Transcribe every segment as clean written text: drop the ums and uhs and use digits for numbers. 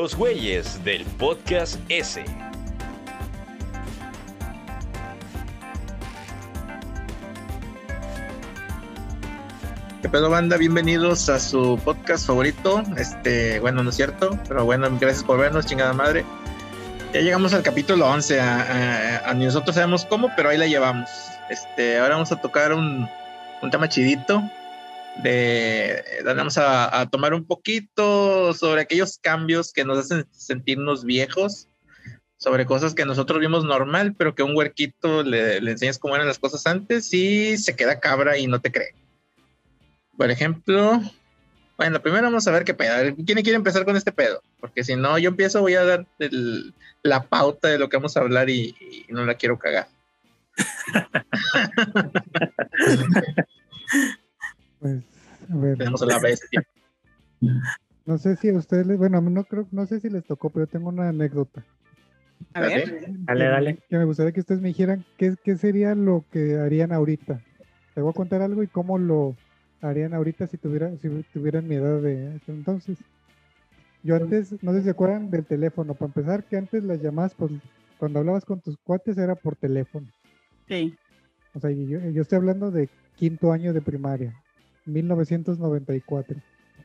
Los güeyes del podcast S. ¿Qué pedo, banda? Bienvenidos a su podcast favorito. Bueno, no es cierto, pero bueno, gracias por vernos, chingada madre. Ya llegamos al capítulo 11. Ni nosotros sabemos cómo, pero ahí la llevamos. Ahora vamos a tocar un tema chidito. Vamos a tomar un poquito sobre aquellos cambios que nos hacen sentirnos viejos, sobre cosas que nosotros vimos normal, pero que a un huerquito le enseñas cómo eran las cosas antes y se queda cabra y no te cree. Por ejemplo, bueno, primero vamos a ver qué pedo. ¿Quién quiere empezar con este pedo? Porque si no, yo empiezo, voy a dar la pauta de lo que vamos a hablar y no la quiero cagar. Pues, a ver. Tenemos a la bestia. No sé si a ustedes, bueno, no sé si les tocó, pero tengo una anécdota. A ver. Dale. Que me gustaría que ustedes me dijeran qué sería lo que harían ahorita. Te voy a contar algo y cómo lo harían ahorita si tuvieran mi edad de entonces. Yo antes, no sé si se acuerdan del teléfono. Para empezar, que antes las llamadas, pues, cuando hablabas con tus cuates era por teléfono. Sí. O sea, yo estoy hablando de quinto año de primaria, 1994.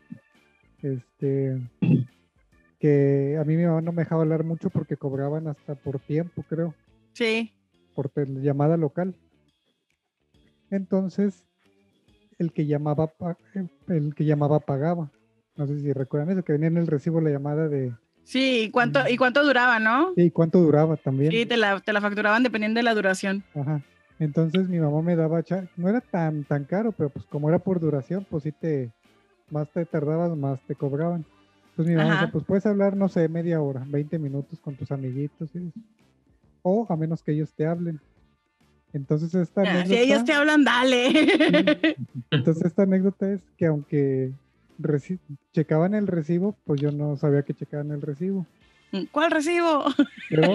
Que a mí mi mamá no me dejaba hablar mucho porque cobraban hasta por tiempo, creo. Sí. Por llamada local. Entonces, el que llamaba pagaba. No sé si recuerdan eso, que venía en el recibo la llamada de... Sí, ¿y cuánto duraba, no? Sí, cuánto duraba también. Sí, te la facturaban dependiendo de la duración. Ajá. Entonces mi mamá me daba, no era tan caro, pero pues como era por duración, pues sí más te tardabas, más te cobraban. Entonces mi mamá decía, pues puedes hablar, no sé, media hora, 20 minutos con tus amiguitos, ¿sí? O a menos que ellos te hablen. Entonces esta anécdota... Si ellos te hablan, dale. Sí. Entonces esta anécdota es que aunque checaban el recibo, pues yo no sabía que checaban el recibo. ¿Cuál recibo? Pero,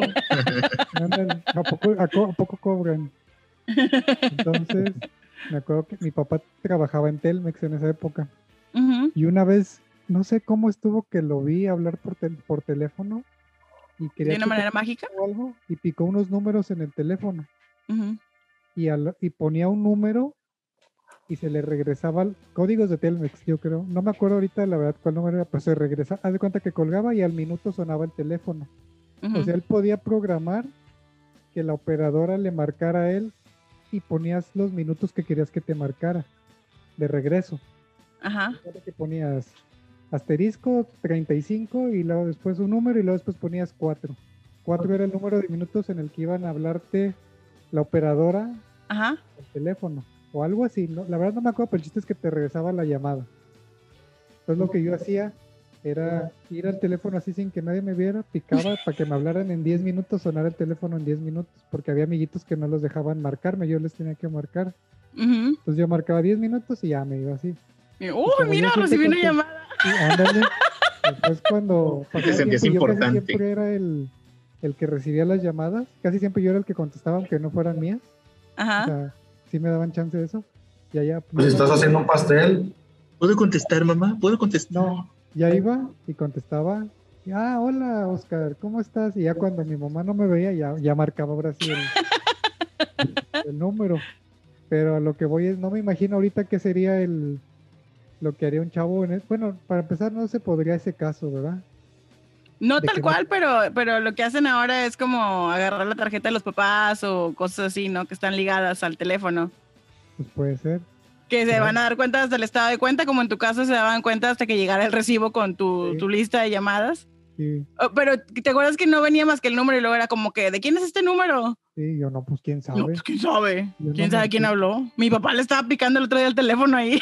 ¿a poco cobran? Entonces, me acuerdo que mi papá trabajaba en Telmex en esa época. Uh-huh. Y una vez, no sé cómo estuvo que lo vi hablar por teléfono y quería ¿De una manera mágica? O algo, y picó unos números en el teléfono. Uh-huh. Y ponía un número y se le regresaba códigos de Telmex, yo creo. No me acuerdo ahorita la verdad cuál número era, pero se regresaba. Haz de cuenta que colgaba y al minuto sonaba el teléfono. Uh-huh. O sea, él podía programar que la operadora le marcara a él y ponías los minutos que querías que te marcara de regreso. Ajá. Que ponías asterisco 35 y luego después un número y luego después ponías 4. 4 era el número de minutos en el que iban a hablarte la operadora al teléfono o algo así, ¿no? La verdad no me acuerdo, pero el chiste es que te regresaba la llamada. Entonces lo que yo hacía era ir al teléfono así sin que nadie me viera, picaba para que me hablaran en 10 minutos, sonara el teléfono en 10 minutos, porque había amiguitos que no los dejaban marcarme, yo les tenía que marcar. Uh-huh. Entonces yo marcaba 10 minutos y ya me iba así. ¡Uy, mira, recibí una llamada! Sí, ándale. Después cuando te sentías importante. Casi siempre era el que recibía las llamadas, casi siempre yo era el que contestaba aunque no fueran mías. Ajá. O sea, sí me daban chance de eso. Y allá, pues estás haciendo un pastel. ¿Puedo contestar, mamá? ¿Puedo contestar? No, ya iba y contestaba. Y, hola, Oscar, ¿cómo estás? Y ya cuando mi mamá no me veía, ya marcaba ahora sí el número. Pero a lo que voy es, no me imagino ahorita qué sería lo que haría un chavo bueno, para empezar no se podría ese caso, ¿verdad? No tal cual, pero lo que hacen ahora es como agarrar la tarjeta de los papás o cosas así, ¿no? Que están ligadas al teléfono. Pues puede ser. Que se van a dar cuenta hasta el estado de cuenta, como en tu caso se daban cuenta hasta que llegara el recibo con tu lista de llamadas. Sí. Pero ¿te acuerdas que no venía más que el número y luego era como que, ¿de quién es este número? Sí, yo no, pues quién sabe. No, pues quién sabe. ¿Quién No sabe quién habló? Mi papá le estaba picando el otro día el teléfono ahí.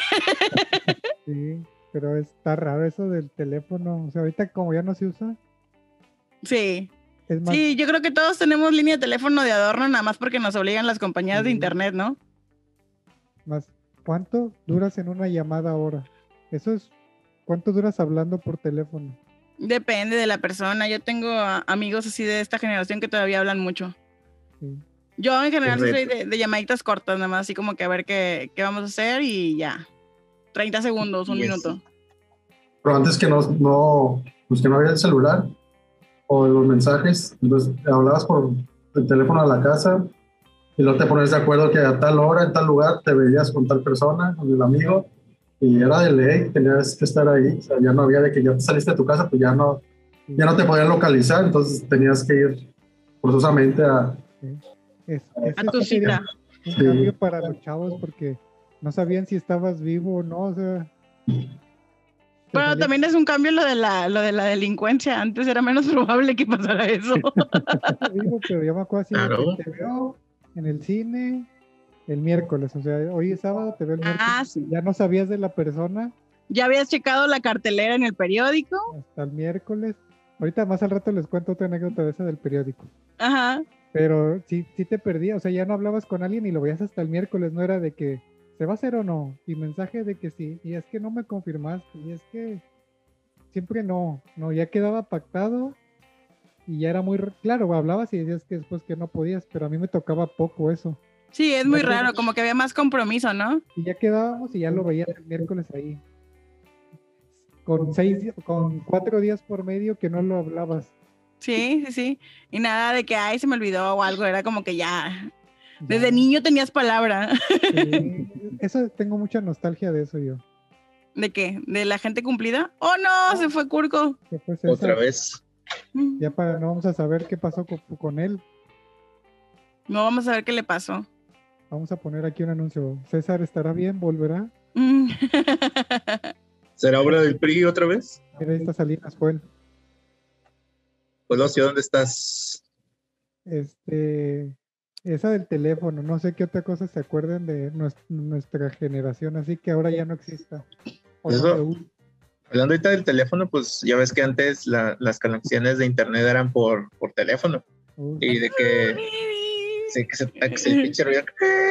Sí, pero está raro eso del teléfono. O sea, ahorita como ya no se usa. Sí. Es más, sí, yo creo que todos tenemos línea de teléfono de adorno, nada más porque nos obligan las compañías de internet, ¿no? Más, ¿cuánto duras en una llamada ahora? Eso es, ¿cuánto duras hablando por teléfono? Depende de la persona. Yo tengo amigos así de esta generación que todavía hablan mucho. Sí. Yo en general soy de llamaditas cortas, nada más así como que a ver qué vamos a hacer y ya. 30 segundos, un minuto. Pero antes que no pues que no había el celular o los mensajes, entonces hablabas por el teléfono a la casa y luego te pones de acuerdo que a tal hora, en tal lugar, te veías con tal persona, con el amigo, y era de ley, tenías que estar ahí, o sea, ya no había de que ya te saliste de tu casa, pues ya no te podían localizar, entonces tenías que ir forzosamente a... A tu cita. Un cambio para los chavos porque no sabían si estabas vivo o no, o sea... Bueno, también es un cambio lo de la delincuencia. Antes era menos probable que pasara eso. Vivo, pero yo me acuerdo así, Claro. te veo en el cine el miércoles, o sea, hoy es sábado, te veo el miércoles, Sí. ya no sabías de la persona ¿Ya habías checado la cartelera en el periódico? hasta el miércoles. Ahorita más al rato les cuento otra anécdota de esa del periódico. Ajá. Pero sí te perdía, o sea, ya no hablabas con alguien y lo veías hasta el miércoles, no era de que se va a hacer o no, y mensaje de que sí, y es que no me confirmaste, y es que siempre no, ya quedaba pactado y ya era muy claro, hablabas y decías que después que no podías, pero a mí me tocaba poco eso. Sí, es muy Ya raro, como que había más compromiso, ¿no? Y ya quedábamos y ya lo veías el miércoles ahí. Con 4 días por medio que no lo hablabas. Sí. Y nada de que, ay, se me olvidó o algo. Era como que ya. Desde Ya. niño tenías palabra. Sí, eso tengo mucha nostalgia de eso yo. ¿De qué? ¿De la gente cumplida? ¡Oh, no! Se fue Curco. Que fue César. Otra vez. Ya no vamos a saber qué pasó con él. No vamos a ver qué le pasó. Vamos a poner aquí un anuncio. César estará bien, volverá. ¿Será obra del PRI otra vez? Mira, ahí está Salinas, fue él. Pues no sé dónde estás. Esa del teléfono, no sé qué otra cosa se acuerden de nuestra generación, así que ahora ya no exista. O no Eso. se usa. Hablando ahorita del teléfono, pues ya ves que antes las conexiones de internet eran por teléfono. Y de que el pinche rollo.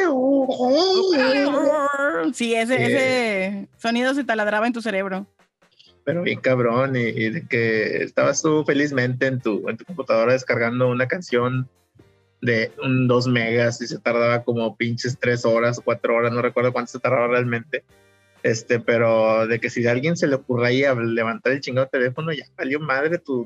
Sí, ese sonido se taladraba en tu cerebro. Pero bien cabrón, y de que estabas tú felizmente en tu computadora descargando una canción de 2 megas y se tardaba como pinches 3 horas, 4 horas, no recuerdo cuánto se tardaba realmente. Pero de que si a alguien se le ocurría levantar el chingado teléfono, ya valió madre tu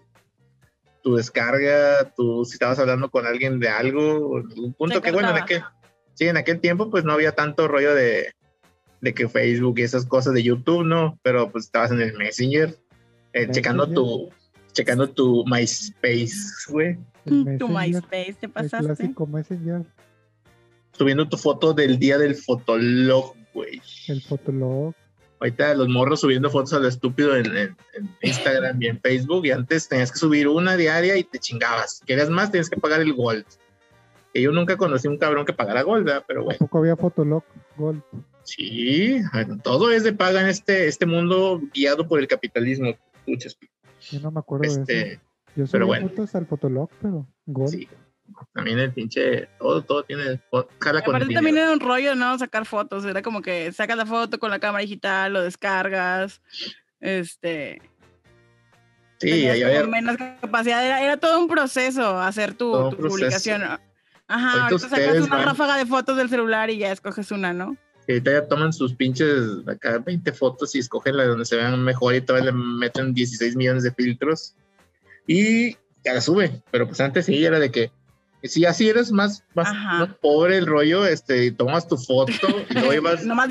descarga, si estabas hablando con alguien de algo, un punto que bueno, en aquel tiempo pues no había tanto rollo de que Facebook y esas cosas de YouTube, ¿no? Pero pues estabas en el Messenger, checando tu MySpace, güey. Tu MySpace, ¿te El pasaste? clásico Messenger, Subiendo tu foto del día del Fotolog, güey. el Fotolog. Ahorita los morros subiendo fotos a lo estúpido en Instagram y en Facebook, y antes tenías que subir una diaria y te chingabas. Si querías más, tenías que pagar el Gold. Que yo nunca conocí un cabrón que pagara Gold, ¿verdad? Pero bueno. Tampoco había Fotolog Gold. Sí, todo es de paga en este mundo guiado por el capitalismo. Escuchas. Yo no me acuerdo de eso. Yo subí pero bueno. fotos al Fotolog, pero Gold. Sí. También el pinche, todo tiene cara con Aparte también era un rollo, ¿no? Sacar fotos, era como que sacas la foto con la cámara digital, lo descargas, Sí, tenías ahí como menos capacidad, era todo un proceso hacer tu publicación. Ajá, ahorita sacas una ráfaga de fotos del celular y ya escoges una, ¿no? Y ahorita ya toman sus pinches acá 20 fotos y escogen la de donde se vean mejor y todavía le meten 16 millones de filtros y ya la sube, pero pues antes sí era de que si así eres más pobre el rollo, tomas tu foto y luego ibas nomás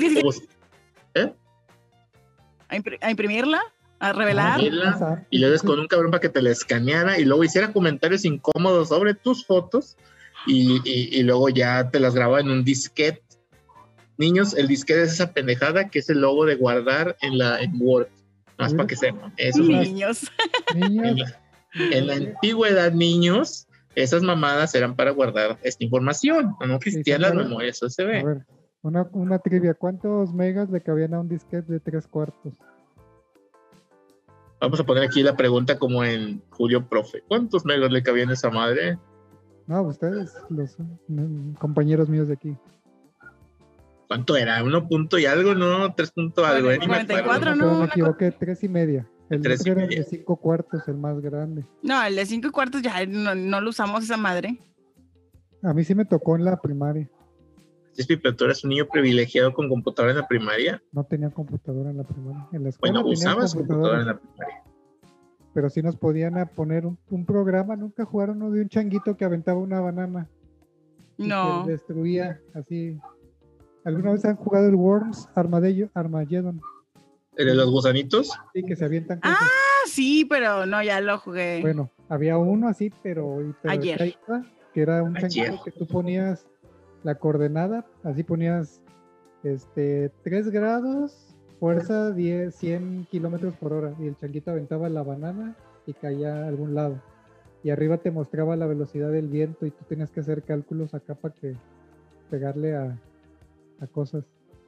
a imprimirla, a revelar. Y luego con un cabrón para que te la escaneara y luego hiciera comentarios incómodos sobre tus fotos y luego ya te las grababa en un disquete. Niños, el disquete es esa pendejada que es el logo de guardar en Word. Más para que sepan. Niños. En la antigüedad, niños, esas mamadas eran para guardar esta información. No existían las memorias USB. A ver, una trivia. ¿Cuántos megas le cabían a un disquete de 3/4? Vamos a poner aquí la pregunta como en Julio Profe. ¿Cuántos megas le cabían a esa madre? No, ustedes, los compañeros míos de aquí. ¿Cuánto era? ¿1 punto y algo? ¿No? 3 punto algo. 44, ¿no? Me equivoqué, 3,5. El 3 era el de 5/4, el más grande. No, el de 5/4 ya no lo usamos esa madre. A mí sí me tocó en la primaria. Pero tú eres un niño privilegiado con computadora en la primaria. No tenía computadora en la primaria. En la escuela bueno, usabas computadora en la primaria. pero sí nos podían poner un programa. Nunca jugaron uno de un changuito que aventaba una banana. No. Que destruía así. ¿Alguna vez han jugado el Worms Armageddon? ¿El de los gusanitos? Sí, que se avientan cosas. Ah, sí, pero no, ya lo jugué. Bueno, había uno así, pero Ayer. Que era un Ayer. changuito que tú ponías la coordenada, así ponías 3 grados, fuerza 100 kilómetros por hora, y el changuito aventaba la banana y caía a algún lado. Y arriba te mostraba la velocidad del viento y tú tenías que hacer cálculos acá para que pegarle a cosas.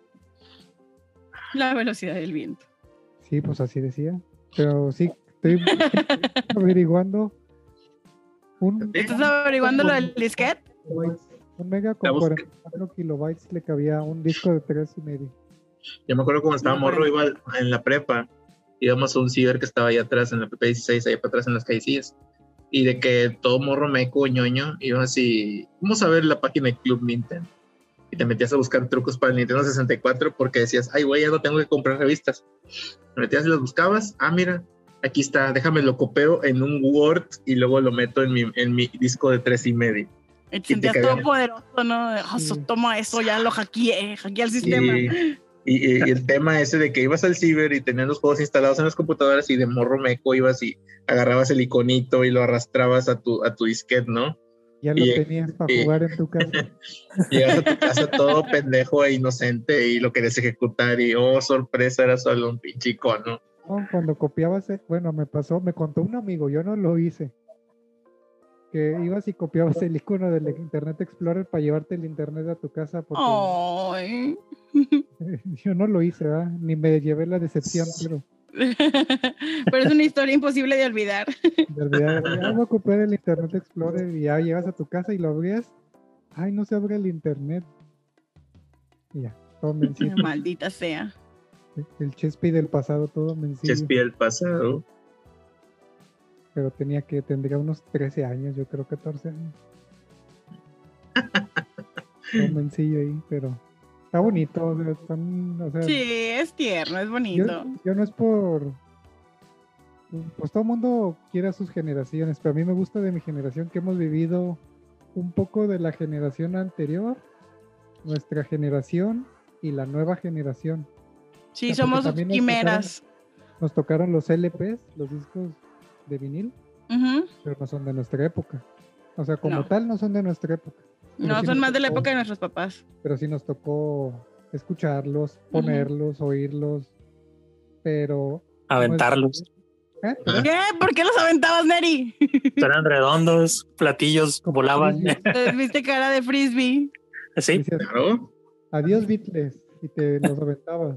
La velocidad del viento. Sí, pues así decía. Pero sí, estoy averiguando ¿Estás averiguando lo del disquete? un mega con 44 kilobytes le cabía un disco de 3.5. Yo me acuerdo cuando estaba morro, iba en la prepa, íbamos a un ciber que estaba allá atrás, en la prepa 16, allá para atrás en las callecillas, y de que todo morro meco, ñoño, iba así, vamos a ver la página de Club Nintendo, y te metías a buscar trucos para el Nintendo 64 porque decías, ay güey, ya no tengo que comprar revistas. Te metías y las buscabas, mira, aquí está, déjame lo copio en un Word y luego lo meto en mi disco de 3.5. Y te sentías todo poderoso, ¿no? Toma eso, ya lo hackeé el sistema. Y el tema ese de que ibas al ciber y tenías los juegos instalados en las computadoras y de morro meco ibas y agarrabas el iconito y lo arrastrabas a tu disquete, ¿no? Ya lo tenías para jugar en tu casa. Llegas a tu casa todo pendejo e inocente y lo querías ejecutar y sorpresa, era solo un pinche icono. No, cuando copiabas, me contó un amigo, yo no lo hice, que ibas y copiabas el icono del Internet Explorer para llevarte el internet a tu casa porque Ay. yo no lo hice, ¿verdad? Ni me llevé la decepción, pero es una historia imposible de olvidar. Voy a copiar el Internet Explorer y ya llegas a tu casa y lo abrías, ay, no se abre el internet y ya, todo mencito. Maldita sea. El Chespi del pasado, todo mencillo. Chespi del pasado. Pero tendría unos 13 años, yo creo 14 años. Todo mencillo ahí, pero está bonito. O sea, sí, es tierno, es bonito. Yo no es por... Pues todo el mundo quiere a sus generaciones, pero a mí me gusta de mi generación que hemos vivido un poco de la generación anterior, nuestra generación y la nueva generación. Sí, o sea, somos quimeras. Nos tocaron los LPs, los discos de vinil, pero no son de nuestra época. O sea, como tal, no son de nuestra época. No, sí son más de la época de nuestros papás. Pero sí nos tocó escucharlos, ponerlos, oírlos, pero... Aventarlos. ¿Eh? ¿Qué? ¿Por qué los aventabas, Neri? Eran redondos, platillos, volaban. ¿Viste cara de frisbee? Sí. Decías, Claro. adiós, Beatles, y te los aventabas.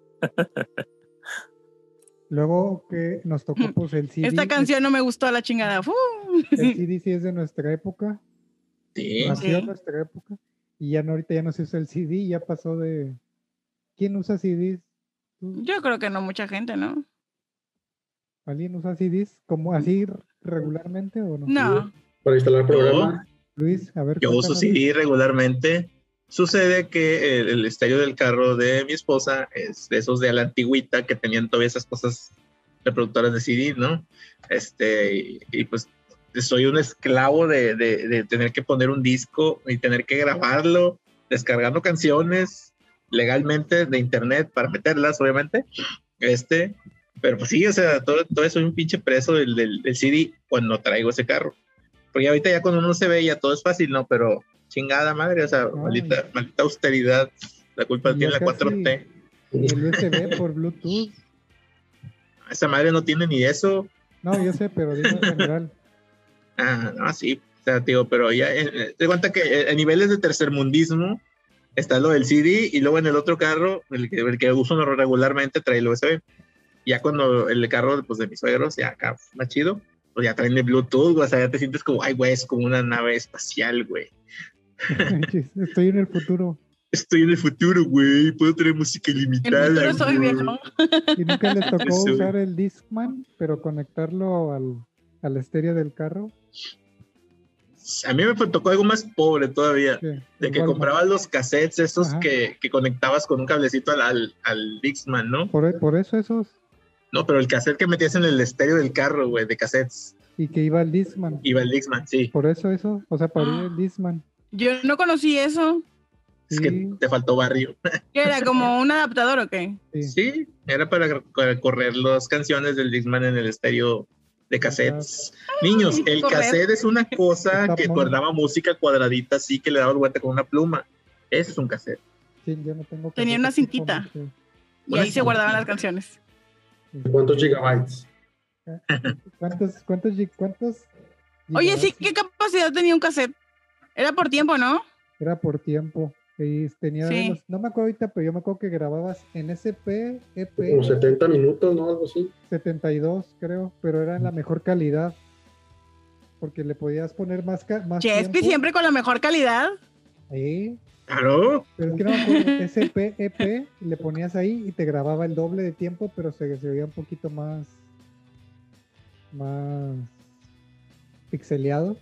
Luego que nos tocó pues el CD. Esta canción no me gustó a la chingada. El CD sí es de nuestra época. Sí. Nació en nuestra época. Y ya no, ahorita ya no se usa el CD, ya pasó de... ¿Quién usa CDs? Yo creo que no mucha gente, ¿no? ¿Alguien usa CDs como así regularmente o no? No. Para instalar el programa. Luis, a ver. Yo uso CD regularmente. Sucede que el estéreo del carro de mi esposa es de esos de la antigüita que tenían todavía esas cosas reproductoras de CD, ¿no? Y pues soy un esclavo de tener que poner un disco y tener que grabarlo, descargando canciones legalmente de internet para meterlas, obviamente. Pero pues sí, o sea, todo eso soy un pinche preso del CD cuando traigo ese carro. Porque ahorita ya cuando uno se ve ya todo es fácil, ¿no? Pero chingada madre, o sea, maldita austeridad, la culpa tiene la 4T. El USB por Bluetooth. Esa madre no tiene ni eso. No, yo sé, pero digo en general. No, sí, o sea, tío, pero ya, te cuenta que a niveles de tercermundismo está lo del CD y luego en el otro carro, el que uso regularmente trae el USB. Ya cuando el carro pues, de mis suegros, ya acá más chido, pues ya traen el Bluetooth, o sea, ya te sientes como, ay, güey, es como una nave espacial, güey. Estoy en el futuro. Estoy en el futuro, güey, puedo tener música ilimitada. En el futuro soy viejo. Y nunca les tocó usar el Discman, pero conectarlo al estéreo del carro. A mí me tocó algo más pobre todavía, Sí, de que igual, comprabas los cassettes esos Ajá. que conectabas con un cablecito al Discman, ¿no? Por eso esos. No, pero el cassette que metías en el estéreo del carro, güey, de cassettes. Y que iba el Discman. Iba el Discman, sí. Por eso, o sea, para ir el Discman. Yo no conocí eso. Es Sí. que te faltó barrio. ¿Qué era? ¿Como un adaptador o qué? Sí, era para correr las canciones del Discman en el estéreo de cassettes. Niños, el correr. cassette es una cosa Está que muy- guardaba música cuadradita así que le daba vuelta con una pluma. Ese es un cassette. Sí, yo no tengo Tenía cassette una así cintita. como Y ahí se guardaban las canciones. ¿Cuántos gigabytes? ¿Cuántos Oye, sí, gigabytes? ¿qué capacidad tenía un cassette? Era por tiempo, ¿no? Era por tiempo. Y tenía Sí. no me acuerdo ahorita, pero yo me acuerdo que grababas en SP, EP, Como 70 minutos, ¿no? Algo así. 72, creo, pero era en la mejor calidad. Porque le podías poner más Chespi tiempo. siempre con la mejor calidad. Sí, Claro. pero es que no me acuerdo, SP, EP, y le ponías ahí y te grababa el doble de tiempo, pero se veía un poquito más pixeleado.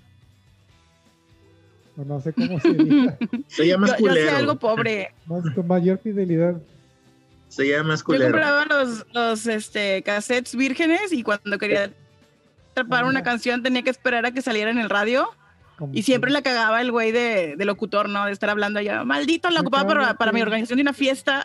O no sé cómo se diga, Se llama Yo sé culero. algo pobre. con mayor fidelidad. Se llama Yo culero. compraba los cassettes vírgenes y cuando quería atrapar una canción tenía que esperar a que saliera en el radio como y siempre que- la cagaba el güey de locutor, ¿no? De estar hablando allá. Maldito, la Me ocupaba cago, para mi sí. organización de una fiesta.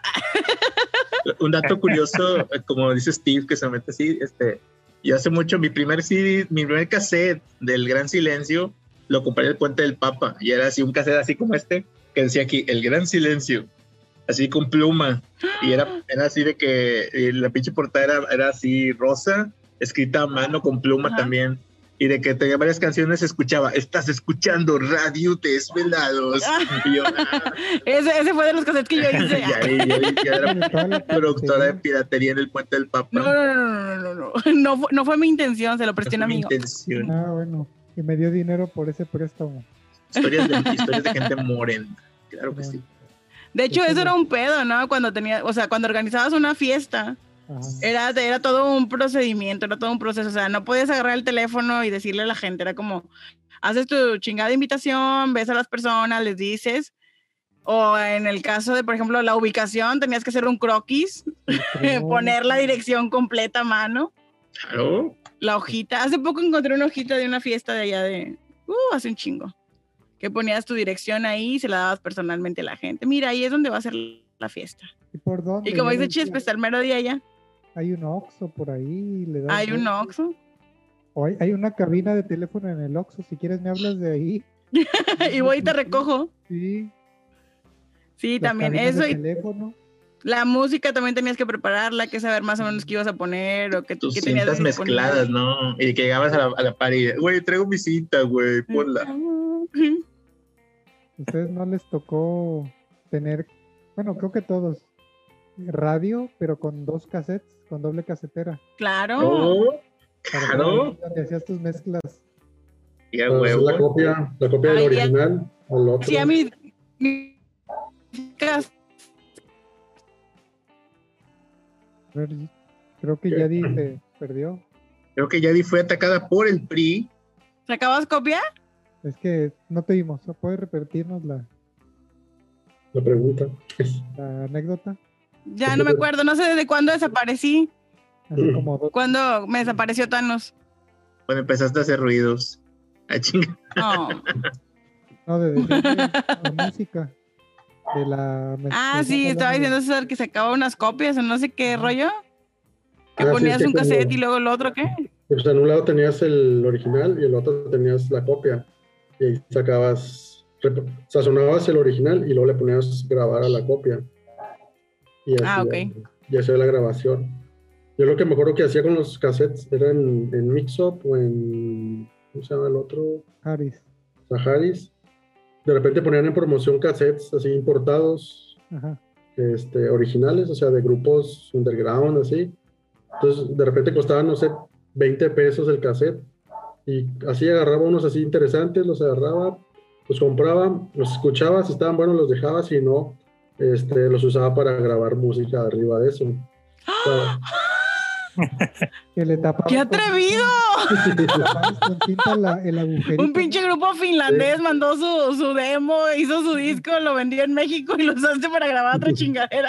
Un dato curioso, como dice Steve, que se mete así, yo hace mucho, mi primer CD, mi primer cassette del Gran Silencio, lo compré en el Puente del Papa, y era así un cassette así como que decía aquí, El Gran Silencio, así con pluma, y era así de que la pinche portada era así rosa, escrita a mano con pluma Ajá. también, y de que tenía varias canciones, se escuchaba, estás escuchando Radio Desvelados, y yo, Ese fue de los cassettes que yo hice. ya era de toda la productora de piratería. piratería en el Puente del Papa. No fue mi intención, se lo presté a un Fue mi amigo. intención. Ah, bueno. Y me dio dinero por ese préstamo. Historias de gente morena. Claro que sí. De hecho, eso era un pedo, ¿no? Cuando organizabas una fiesta, Ajá. era todo un procedimiento, era todo un proceso. O sea, no podías agarrar el teléfono y decirle a la gente, era como, haces tu chingada invitación, ves a las personas, les dices. O en el caso de, por ejemplo, la ubicación, tenías que hacer un croquis, poner la dirección completa a mano, Claro. la hojita. Hace poco encontré una hojita de una fiesta de allá hace un chingo, que ponías tu dirección ahí y se la dabas personalmente a la gente. Mira, ahí es donde va a ser la fiesta. ¿Y por dónde? Y como Ya dice decía, Chispe, está el mero día ya. hay un Oxxo por ahí. Le das Hay un vuelta. Oxxo. O hay una cabina de teléfono en el Oxxo. Si quieres me hablas de ahí. Y voy y te recojo. Sí. Sí, las también cabinas eso. de Y teléfono. la música también tenías que prepararla, que saber más o menos qué ibas a poner o qué Tus qué tenías cintas disponible. mezcladas, ¿no? Y que llegabas a la par y, güey, traigo mi cinta, güey, ponla. ¿Ustedes no les tocó tener, bueno, creo que todos, radio, pero con 2 cassettes, con doble casetera? Claro. No, Para claro. que hacías tus mezclas. Y a Para hacer huevo. la copia del Ay, original al otro. Sí, a mí. Cas- A ver, creo que Yadi se perdió. Creo que Yadi fue atacada por el PRI. ¿Sacabas copia? Es que no te vimos. ¿No puedes repetirnos la pregunta. anécdota? Ya no me acuerdo, no sé desde cuándo desaparecí. Hace como 2. Cuando me desapareció Thanos. Cuando empezaste a hacer ruidos. A chingar. No. No, de decir la música. De la. Ah, sí, estaba diciendo César que sacaba unas copias o no sé qué rollo. Que Ah, sí, ponías es que un cassette como- y luego el otro, ¿qué? Pues en un lado tenías el original y en el otro tenías la copia. Y ahí sazonabas el original y luego le ponías grabar a la copia. Y así, Ah, ok. y hacía la grabación. Yo lo que me acuerdo que hacía con los cassettes era en Mix-Up o en, ¿cómo se llama el otro? Harris. Saharis. De repente ponían en promoción cassettes así importados, Ajá. originales, o sea, de grupos underground, así. Entonces, de repente costaban, no sé, 20 pesos el cassette. Y así agarraba unos así interesantes, los agarraba, los compraba, los escuchaba, si estaban buenos los dejaba, si no, los usaba para grabar música arriba de eso. O sea, Que le tapaba. ¡Qué atrevido! Con cinta el agujerito. Un pinche grupo finlandés mandó su demo, hizo su disco, lo vendió en México y lo usaste para grabar otra chingadera.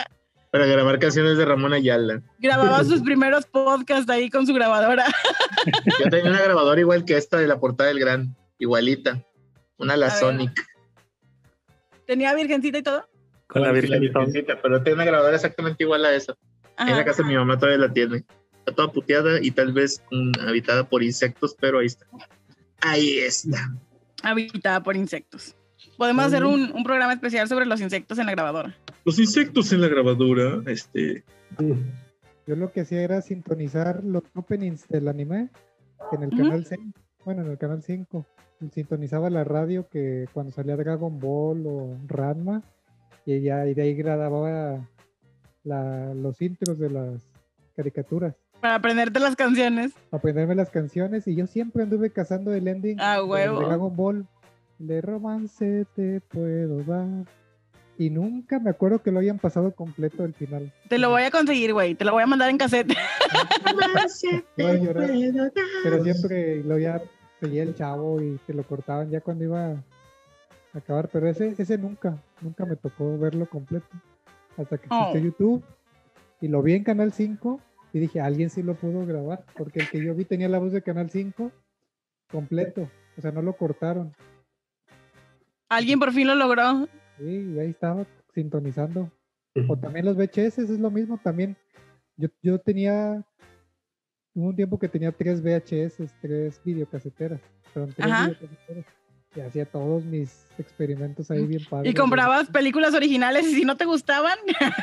Para grabar canciones de Ramón Ayala. Grababa sus primeros podcasts ahí con su grabadora. Yo tenía una grabadora igual que esta de la portada del Gran, igualita. Una A ver. Lasonic. ¿Tenía virgencita y todo? Con la Virgen y todo. Virgencita, pero tiene una grabadora exactamente igual a esa. En la Ajá. casa de mi mamá todavía la tiene. Está toda puteada y tal vez habitada por insectos, pero ahí está. Ahí está. Habitada por insectos. Podemos hacer un programa especial sobre los insectos en la grabadora. Los insectos en la grabadora, Yo lo que hacía era sintonizar los openings del anime en el canal 6, bueno, en el canal 5. Sintonizaba la radio que cuando salía Dragon Ball o Ranma, y de ahí grababa los intros de las caricaturas. Para aprenderte las canciones. Aprenderme las canciones, y yo siempre anduve cazando el ending Ah, huevo. de Dragon Ball. De romance te puedo dar. Y nunca me acuerdo que lo hayan pasado completo el final. Te lo voy a conseguir, güey. Te lo voy a mandar en cassette. Iba a llorar. Pero siempre lo ya seguía el chavo y te lo cortaban ya cuando iba a acabar. Pero ese nunca me tocó verlo completo. Hasta que existió YouTube y lo vi en Canal 5 y dije, alguien sí lo pudo grabar. Porque el que yo vi tenía la voz de Canal 5 completo. O sea, no lo cortaron. Alguien por fin lo logró. Sí, y ahí estaba sintonizando. O también los VHS, es lo mismo también. Yo hubo un tiempo que tenía 3 VHS, 3 videocaseteras. Perdón, 3 Ajá. videocaseteras. Y hacía todos mis experimentos ahí bien padres. Y comprabas películas originales y si no te gustaban,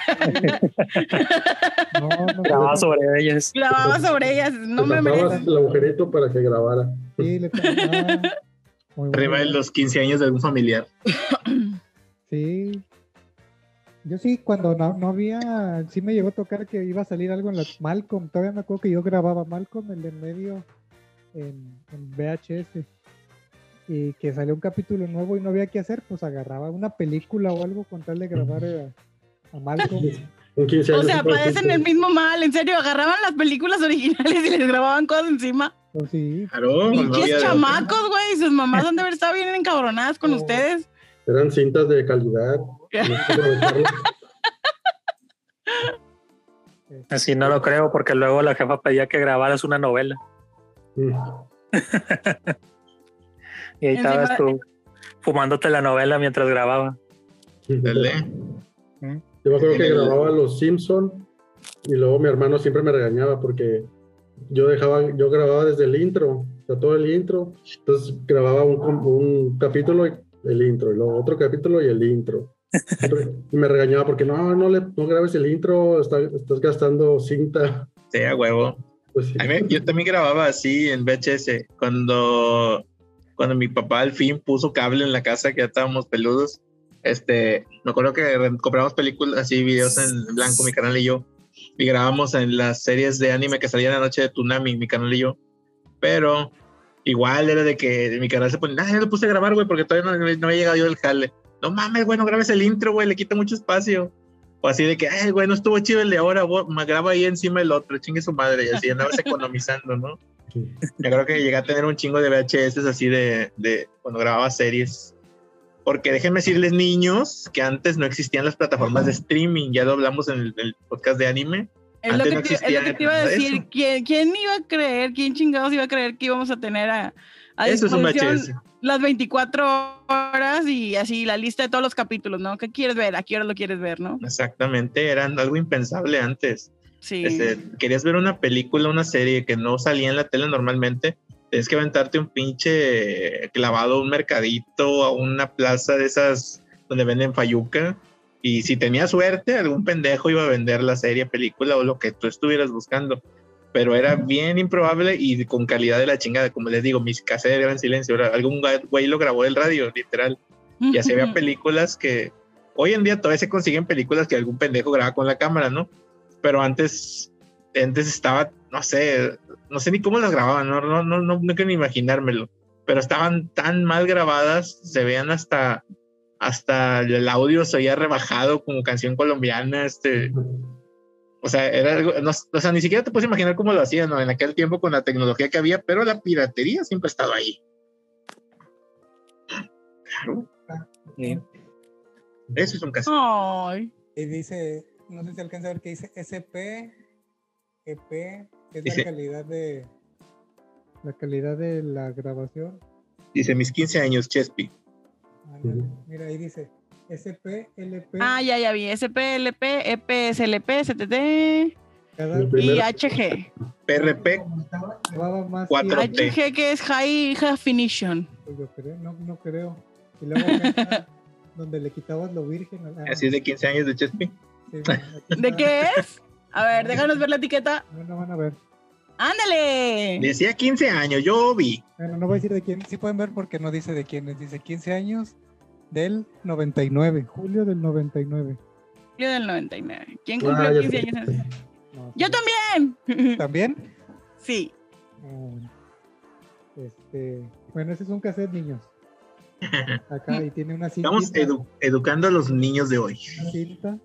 No, Grababa sobre ellas. grababas sobre ellas. No me tapabas mereces. el agujerito para que grabara. Sí, le tapaba. Muy arriba de bueno. los 15 años de algún familiar. Sí. Yo sí, cuando no había, sí me llegó a tocar que iba a salir algo en la Malcolm. Todavía me acuerdo que yo grababa Malcolm, el de en medio, en VHS. Y que salió un capítulo nuevo y no había qué hacer, pues agarraba una película o algo con tal de grabar a Malcolm. Un 15 O años. sea, padecen el mismo mal. En serio, agarraban las películas originales y les grababan cosas encima. Pues sí, Claro, no Pinches había de otra. chamacos, güey. Sus mamás han de haber estado bien encabronadas con ustedes. Eran cintas de calidad. Tienes que aprovecharlo. Así no lo creo, porque luego la jefa pedía que grabaras una novela. Mm. Y ahí estabas Encima- tú fumándote la novela mientras grababa. Dale. Yo me acuerdo que grababa Los Simpson y luego mi hermano siempre me regañaba porque yo grababa desde el intro, o sea, todo el intro, entonces grababa un capítulo y el intro, y luego otro capítulo y el intro. Y me regañaba porque no grabes el intro, estás gastando cinta. Sí, a huevo. Pues sí. Yo también grababa así en VHS. Cuando mi papá al fin puso cable en la casa, que ya estábamos peludos, me acuerdo que compramos películas así, videos en blanco, mi canal y yo, y grabamos en las series de anime que salían anoche de Toonami, mi canal y yo. Pero igual era de que mi canal se ponía, ya lo puse a grabar, güey, porque todavía no había llegado yo del jale. No mames, güey, no grabes el intro, güey, le quita mucho espacio. O así de que, ay, güey, no estuvo chido el de ahora, güey, me graba ahí encima el otro, chingue su madre, y así andabas economizando, ¿no? Sí. Yo creo que llegué a tener un chingo de VHS así de cuando grababa series. Porque déjenme decirles, niños, que antes no existían las plataformas de streaming, ya lo hablamos en el podcast de anime. Es lo Antes que no te existía iba a nada de decir. eso. ¿Quién iba a creer, quién chingados iba a creer que íbamos a tener a Eso es un disposición VHS. las 24 horas y así la lista de todos los capítulos, ¿no? ¿Qué quieres ver? ¿A qué hora lo quieres ver, no? Exactamente, era algo impensable antes. Sí. Querías ver una película, una serie que no salía en la tele normalmente, tienes que aventarte un pinche clavado a un mercadito, a una plaza de esas donde venden fayuca, y si tenías suerte, algún pendejo iba a vender la serie, película o lo que tú estuvieras buscando, pero era bien improbable y con calidad de la chingada. Como les digo, mis cassettes eran en silencio, algún güey lo grabó del radio, literal, y así había películas que hoy en día todavía se consiguen películas que algún pendejo graba con la cámara, ¿no? Pero antes estaba, no sé ni cómo las grababan, no quiero ni imaginármelo, pero estaban tan mal grabadas, se veían hasta el audio se oía rebajado como canción colombiana, o sea, era algo, o sea, ni siquiera te puedes imaginar cómo lo hacían, ¿no? En aquel tiempo con la tecnología que había, pero la piratería siempre ha estado ahí. Claro, Sí. eso es un caso. Ay. Y dice no sé si alcanza a ver que dice SP, EP, es Dice- la calidad de la grabación. Dice, mis 15 años, Chespi. Ándale, mira, ahí dice SP, LP, Ah, ya vi. SP, LP, EP, SLP, CTT cada El y primero. HG. PRP, grababa más 4T. tiempo, HG que es High Definition. pues yo creo, no creo. Y luego acá, donde le quitabas lo virgen. Así es de 15 años de Chespi. Sí, bueno, aquí ¿De está. qué es? A ver, déjanos ver la etiqueta. No van a ver. ¡Ándale! Decía 15 años, yo vi. Bueno, no voy a decir de quién. Sí pueden ver porque no dice de quién es. Dice 15 años del 99. Julio del 99. Julio del 99. ¿Quién Ah, cumplió ya 15 sé. años? No, ¡Yo también! ¿También? Sí. Ah, bueno, ese es un cassette, niños. Acá y tiene una cinta. Estamos educando a los niños de hoy. Una cinta.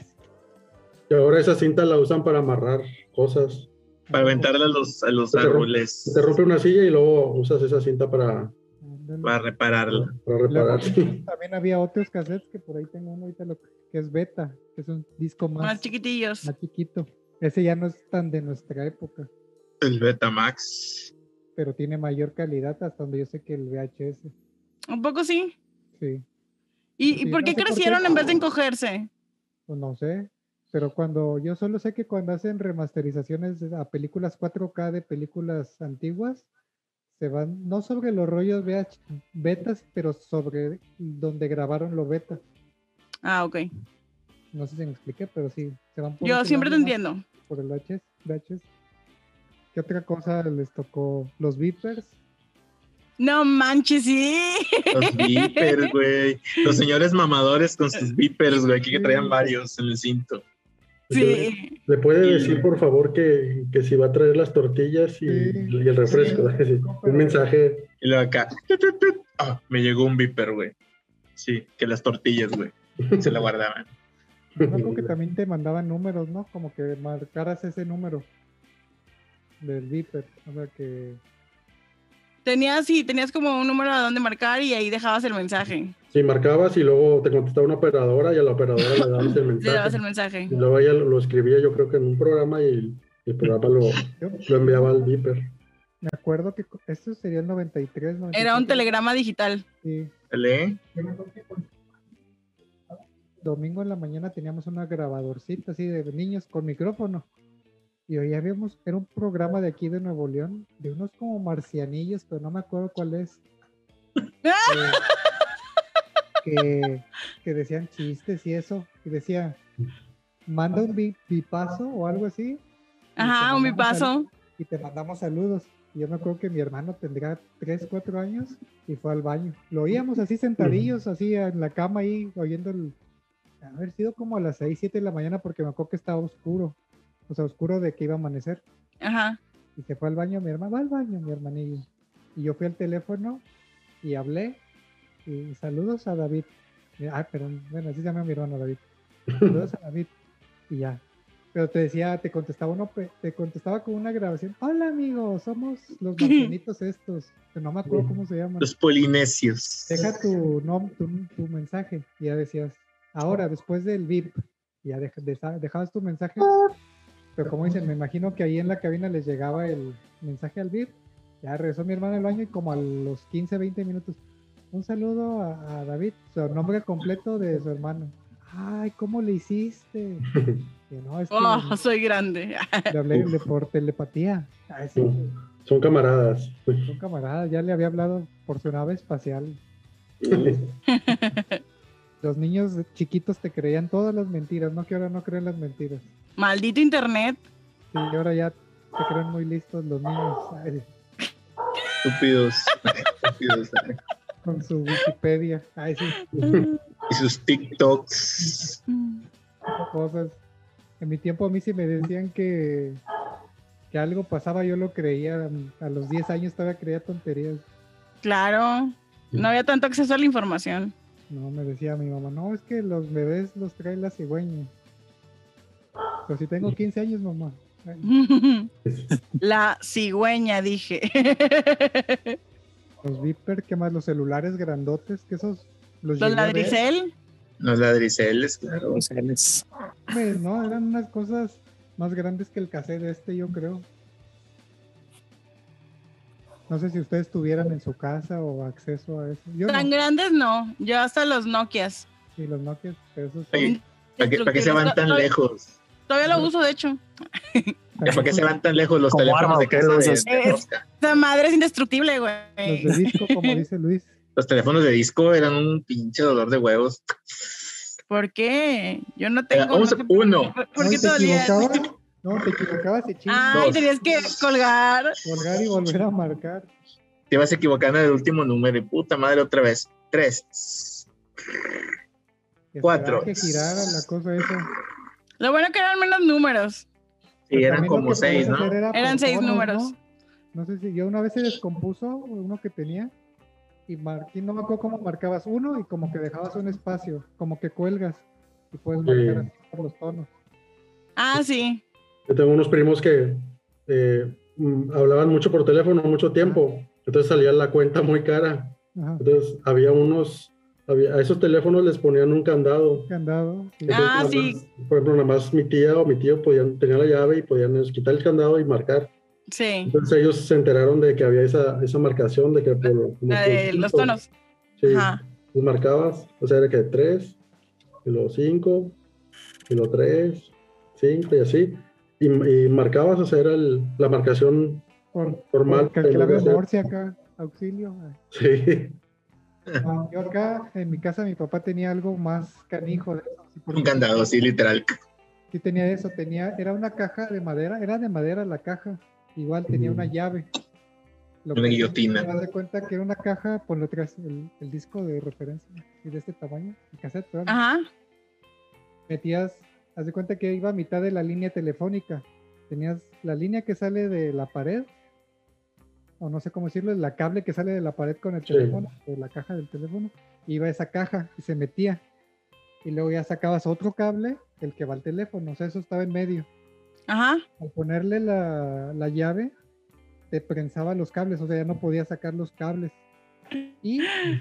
Y ahora esa cinta la usan para amarrar cosas. Para aventarla a los árboles. Te rompe una silla y luego usas esa cinta para Para repararla. Luego, reparar. también había otros cassettes que por ahí tengo uno ahorita que es beta, que es un disco Más más chiquitillos. chiquito. Ese ya no es tan de nuestra época, El Betamax. pero tiene mayor calidad hasta donde yo sé que el VHS. ¿Un poco sí? Sí, ¿Y Sí, por no qué sé por qué. crecieron en vez de encogerse? pues no sé. Pero yo solo sé que cuando hacen remasterizaciones a películas 4K de películas antiguas, se van no sobre los rollos betas, pero sobre donde grabaron lo beta. Ah, ok. No sé si me expliqué, pero sí, se van por Yo ese siempre te lado más entiendo. por el VHS. ¿Qué otra cosa les tocó? Los beepers. No manches, sí. Los beepers, güey. Los señores mamadores con sus beepers, güey. Aquí que traían varios en el cinto. Sí. ¿Le puede decir, por favor, que si va a traer las tortillas y el refresco? Sí. Sí. Un mensaje. Y luego acá. Ah, me llegó un beeper, güey. Sí, que las tortillas, güey. Se la guardaban. Yo me acuerdo que también te mandaban números, ¿no? Como que marcaras ese número del beeper. O sea que Tenías como un número a donde marcar y ahí dejabas el mensaje. Si marcabas y luego te contestaba una operadora y a la operadora le dabas el Le dabas mensaje. el mensaje. Y luego ella lo escribía, yo creo que en un programa y el programa lo enviaba al beeper. me acuerdo que esto sería el 93, 94. Era un telegrama digital. Sí. ¿Vale? Yo me acuerdo que domingo en la mañana teníamos una grabadorcita así de niños con micrófono. Y hoy habíamos, era un programa de aquí de Nuevo León, de unos como marcianillos, pero no me acuerdo cuál es. Que decían chistes y eso. Y decía, manda un bipazo o algo así. Ajá, un bipaso. Y te mandamos saludos. Y yo me acuerdo que mi hermano tendría 3, 4 años y fue al baño. Lo oíamos así sentadillos, así en la cama ahí, oyendo haber sido como a las 6, 7 de la mañana porque me acuerdo que estaba oscuro. O sea, oscuro de que iba a amanecer. Ajá. Y se fue al baño mi hermano, va al baño mi hermanillo. Y yo fui al teléfono y hablé. Y saludos a David. Perdón, bueno, así se llama mi hermano David. Saludos a David. Y ya. Pero te contestaba con una grabación. Hola amigos, somos los marcianitos estos. Que no me acuerdo cómo se llaman. Los polinesios. Deja tu mensaje. Y ya decías, ahora, después del VIP. Y ya dejabas tu mensaje. Pero como dicen, me imagino que ahí en la cabina les llegaba el mensaje al VIP. Ya regresó mi hermano al baño y como a los 15, 20 minutos. Un saludo a David, su nombre completo de su hermano. Ay, ¿cómo le hiciste? Y no, es que Soy grande. le hablé por telepatía. Ay, sí, Son camaradas. son camaradas, ya le había hablado por su nave espacial. Los niños chiquitos te creían todas las mentiras, no que ahora no creen las mentiras. Maldito internet. Sí, y ahora ya se creen muy listos los niños. Ay, Estúpidos. Estúpidos. con su Wikipedia. Ay, sí, Y sus TikToks. cosas. En mi tiempo a mí si me decían que algo pasaba, yo lo creía. A los 10 años todavía creía tonterías. Claro. No había tanto acceso a la información. No, me decía mi mamá, no, es que los bebés los trae la cigüeña. Pero si tengo 15 años, mamá. Ay, La cigüeña, dije. los Viper, ¿qué más? Los celulares grandotes, que esos los Los llegué a ver. ladricel. Los ladriceles, claro. Ladriceles. Pues, no, eran unas cosas más grandes que el cassette yo creo. No sé si ustedes tuvieran en su casa o acceso a eso. Yo Tan no. grandes no, yo hasta los Nokias. Sí, los Nokia, pero esos Oye, ¿para qué se van tan lejos? Todavía lo uso, de hecho. ¿Para qué se van tan lejos los Como teléfonos arma, de ¿o qué casa lo de usas? Oscar? Esa madre es indestructible, güey. los de disco, como dice Luis. Los teléfonos de disco eran un pinche dolor de huevos. ¿Por qué? Yo no tengo. Vamos, no sé uno. ¿Por No, qué y te todavía? equivocabas. No, te equivocabas y chingas. Ay, Dos. tenías que colgar. Colgar y volver a marcar. Te ibas equivocando en el último número y puta madre otra vez. 3. Y Cuatro. esperaba que girara la cosa esa. Lo bueno que eran menos números. Sí, Pero eran también lo como que 6, podías ¿no? hacer era Eran por 6 tonos, números. ¿no? No sé si yo una vez se descompuso uno que tenía y no me acuerdo cómo marcabas uno y como que dejabas un espacio, como que cuelgas y puedes marcar así por los tonos. Ah, sí. Yo tengo unos primos que hablaban mucho por teléfono mucho tiempo, entonces salía la cuenta muy cara. Ajá. Entonces a esos teléfonos les ponían un candado. Candado. Sí. Entonces, Ah, nada sí. más, por ejemplo, nada más mi tía o mi tío tenía la llave y podían quitar el candado y marcar. Sí. Entonces ellos se enteraron de que había esa marcación de que como La de los cinco. tonos. Sí, Ajá. los marcabas, o sea, era que 3, y luego 5, y luego 3, 5 y así. Y marcabas, o sea, era la marcación formal. Porque el clave Morse acá, auxilio. Sí. No, yo acá en mi casa mi papá tenía algo más canijo de eso. Sí, Un candado, sí, literal. Sí tenía eso, era una caja de madera, era de madera la caja, igual tenía una llave. Una guillotina. Me das de cuenta que era una caja, ponlo atrás, el disco de referencia, y de este tamaño, el cassette, perdón. Ajá. Metías, haz de cuenta que iba a mitad de la línea telefónica, tenías la línea que sale de la pared, o no sé cómo decirlo, la cable que sale de la pared con el teléfono, de la caja del teléfono, iba a esa caja y se metía. Y luego ya sacabas otro cable, el que va al teléfono, o sea, eso estaba en medio. Ajá. Al ponerle la llave, te prensaba los cables, o sea, ya no podías sacar los cables. Y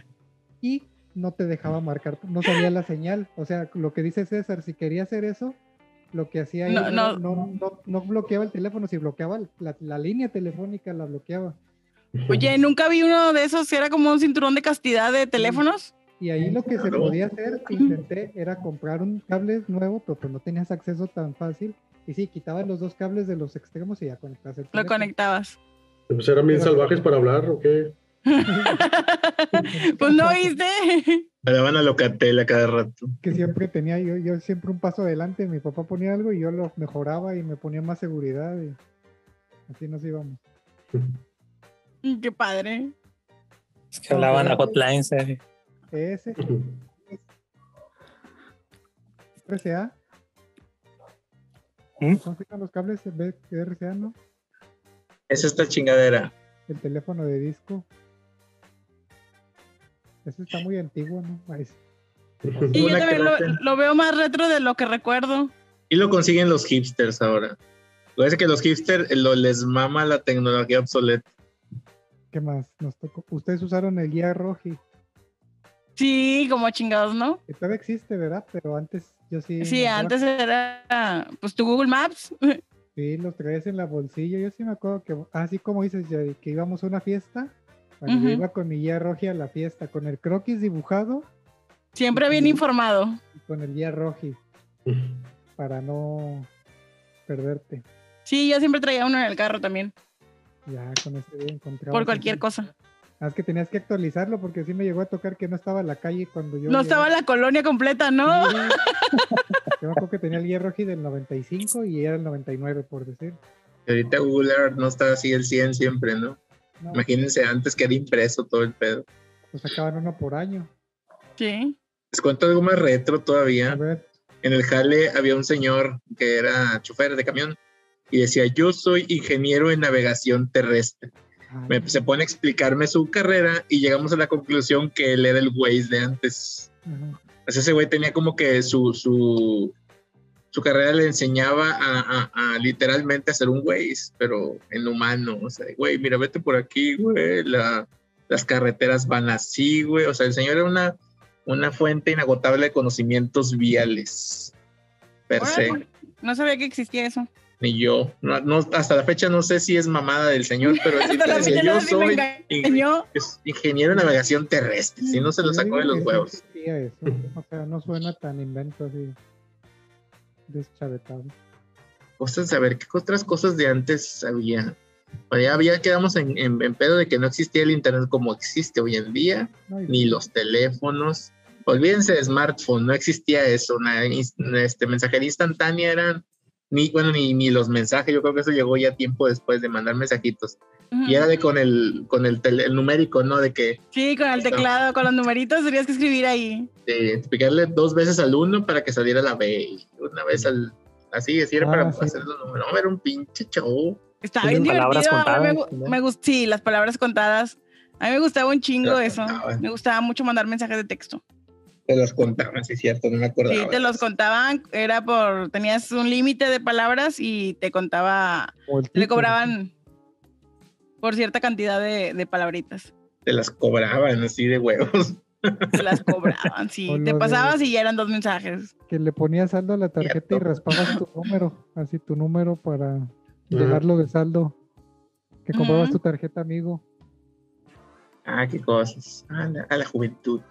no te dejaba marcar, no salía la señal. O sea, lo que dice César, si quería hacer eso, lo que hacía no bloqueaba el teléfono, si bloqueaba la línea telefónica, la bloqueaba. Oye, nunca vi uno de esos que era como un cinturón de castidad de teléfonos. Y ahí lo que se podía hacer, intenté, era comprar un cable nuevo, pero pues no tenías acceso tan fácil. Y sí, quitabas los dos cables de los extremos y ya conectabas el Lo teléfono. conectabas. Pues eran bien salvajes para hablar, ¿o qué? Pues no oíste. Me daban a Locatel a cada rato. Que siempre tenía yo siempre un paso adelante. Mi papá ponía algo y yo lo mejoraba y me ponía más seguridad y así nos íbamos. Qué padre. Es que hablaban a hotlines. Ese RCA. ¿Mm? ¿Cómo se llaman los cables de RCA, no? Es esta chingadera. El teléfono de disco. Ese está muy antiguo, ¿no? Ahí sí. Y yo Una también Kraken. lo veo más retro de lo que recuerdo. Y lo consiguen los hipsters ahora. Parece que los hipsters les mama la tecnología obsoleta. ¿Qué más nos tocó? Ustedes usaron el guía Roji, Sí, como chingados, ¿no? que todavía existe, ¿verdad? Pero antes yo sí. Sí, andaba- antes era pues tu Google Maps. Sí, los traes en la bolsilla. Yo sí me acuerdo que, así como dices, Yari, que íbamos a una fiesta. Bueno, yo Ujú. iba con mi guía Roji a la fiesta, con el croquis dibujado Siempre bien informado. y con el guía Roji, para no perderte. Sí, yo siempre traía uno en el carro también. Ya con ese día encontraba. Por cualquier cosa. Es que tenías que actualizarlo porque sí me llegó a tocar que no estaba en la calle cuando yo. No llegué. estaba la colonia completa, ¿no? Sí. Yo me acuerdo que tenía el guía Roji del 95 y era el 99, por decir. Y ahorita Google Earth no está así el 100 siempre, ¿no? No, Imagínense antes que era impreso todo el pedo. pues sacaban uno por año. Sí. Les cuento algo más retro A todavía. ver, En el jale había un señor que era chofer de camión y decía, yo soy ingeniero en navegación terrestre. Se pone a explicarme su carrera y llegamos a la conclusión que él era el Waze de antes. ajá. Pues ese güey tenía como que su carrera le enseñaba a literalmente hacer un Waze, pero en humano. O sea, güey, mira, vete por aquí, güey, las carreteras van así, güey. O sea, el señor era una fuente inagotable de conocimientos viales, per se. Órale, no sabía que existía eso. Ni yo. No, hasta la fecha no sé si es mamada del señor, pero sí Hasta la decía, fecha yo no sé si me soy engañó. ingeniero de navegación terrestre. Si no se lo Yo sacó digo de los que sí huevos. existía eso. O sea, no suena tan invento así deschavetado. Cosas, saber qué otras cosas de antes había. Ya quedamos en pedo de que no existía el internet como existe hoy en día, No, y- ni los teléfonos. Olvídense de smartphone, no existía eso. Mensajería instantánea eran, ni los mensajes. Yo creo que eso llegó ya tiempo después de mandar mensajitos. Y era con el numérico, ¿no? De que Sí, con el teclado, con los numeritos, tenías que escribir ahí. explicarle 2 veces al 1 para que saliera la B, y una vez así era para sí. hacer los números. No, era un pinche show. Estaba Tienen bien palabras divertido. A mí contadas, me gustó, sí, las palabras contadas. A mí me gustaba un chingo Las eso. contaban. Me gustaba mucho mandar mensajes de texto. Te los contaban, sí, cierto, no me acordaba. Sí, te de los eso. contaban, tenías un límite de palabras y te contaba, o el le Twitter. cobraban por cierta cantidad de palabritas. Te las cobraban así de huevos. Te las cobraban, sí. O Te lo pasabas de- y ya eran 2 mensajes. Que le ponías saldo a la tarjeta y Cierto. raspabas tu número, así tu número para llenarlo de saldo. Que comprabas Ujú. tu tarjeta amigo. Ah, qué cosas. A la juventud.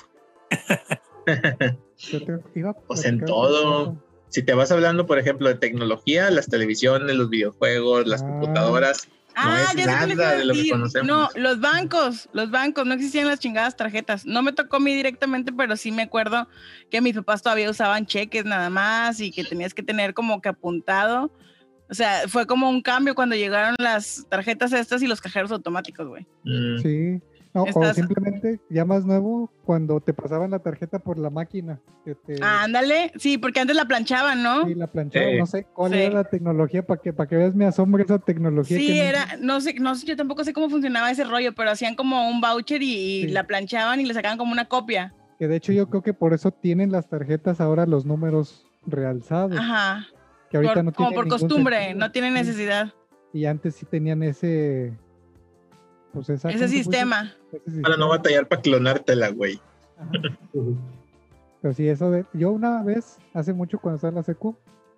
Yo te iba a Pues en platicar todo. otra cosa. Si te vas hablando, por ejemplo, de tecnología, las televisiones, los videojuegos, las Ah. computadoras, Ah, no es ya sé qué les iba nada a de lo que decir. conocemos. No, los bancos, no existían las chingadas tarjetas. No me tocó a mí directamente, pero sí me acuerdo que mis papás todavía usaban cheques nada más y que tenías que tener como que apuntado. O sea, fue como un cambio cuando llegaron las tarjetas estas y los cajeros automáticos, güey. Sí. No, o Estás- simplemente, ya más nuevo, cuando te pasaban la tarjeta por la máquina. Que te, Ándale, sí, porque antes la planchaban, ¿no? sí, la planchaban. Sí. No sé cuál Sí. era la tecnología para que veas mi asombro esa tecnología. Sí, que no- era, no sé, yo tampoco sé cómo funcionaba ese rollo, pero hacían como un voucher y Sí. la planchaban y le sacaban como una copia. Que de hecho yo creo que por eso tienen las tarjetas ahora los números realzados. Ajá. Que ahorita no Como tiene por ningún costumbre, sentido. no tiene Sí. necesidad. Y antes sí tenían ese. Pues esa, Ese ¿cómo se puso? sistema. Ese Para no sistema. batallar para clonártela, güey. Ajá. Pero sí, eso de. Yo una vez, hace mucho cuando estaba en la secu,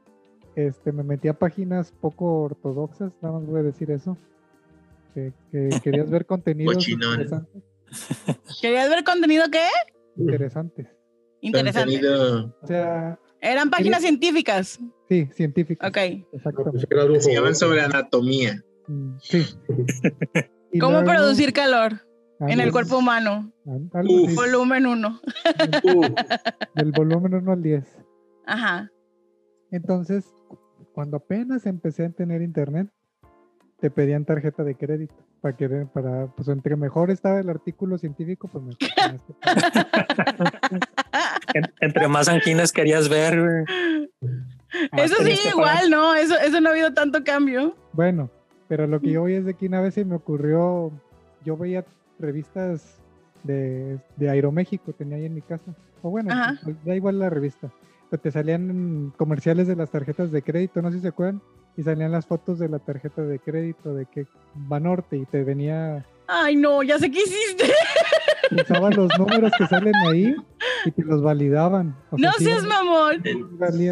me metí a páginas poco ortodoxas, nada más voy a decir eso. Que querías ver contenidos Cochinón. interesantes. ¿Querías ver contenido qué? Interesantes. Interesante. Contenido O sea, Eran páginas científicas. sí, científicos. Ok. Exactamente. Era algo que se llaman famoso. sobre anatomía. Sí. Y ¿Cómo luego- producir calor en el Ándale, cuerpo humano? algo así, Volumen 1. del volumen 1 al 10. Ajá. Entonces, cuando apenas empecé a tener internet, te pedían tarjeta de crédito pues entre mejor estaba el artículo científico, pues me tenías que pagar. Entre más anginas querías ver, güey. Más Eso sí, tenías que pagar. igual, ¿no? Eso no ha habido tanto cambio. Bueno, pero lo que yo voy es de que una vez se me ocurrió, yo veía revistas de Aeroméxico, tenía ahí en mi casa. O bueno, Ajá. pues, da igual la revista. Pero te salían comerciales de las tarjetas de crédito, no sé si se acuerdan, y salían las fotos de la tarjeta de crédito de que Banorte y te venía, Ay, no, ya sé qué hiciste. usaban los números que salen ahí y te los validaban. O sea, No sí seas mamón. valían.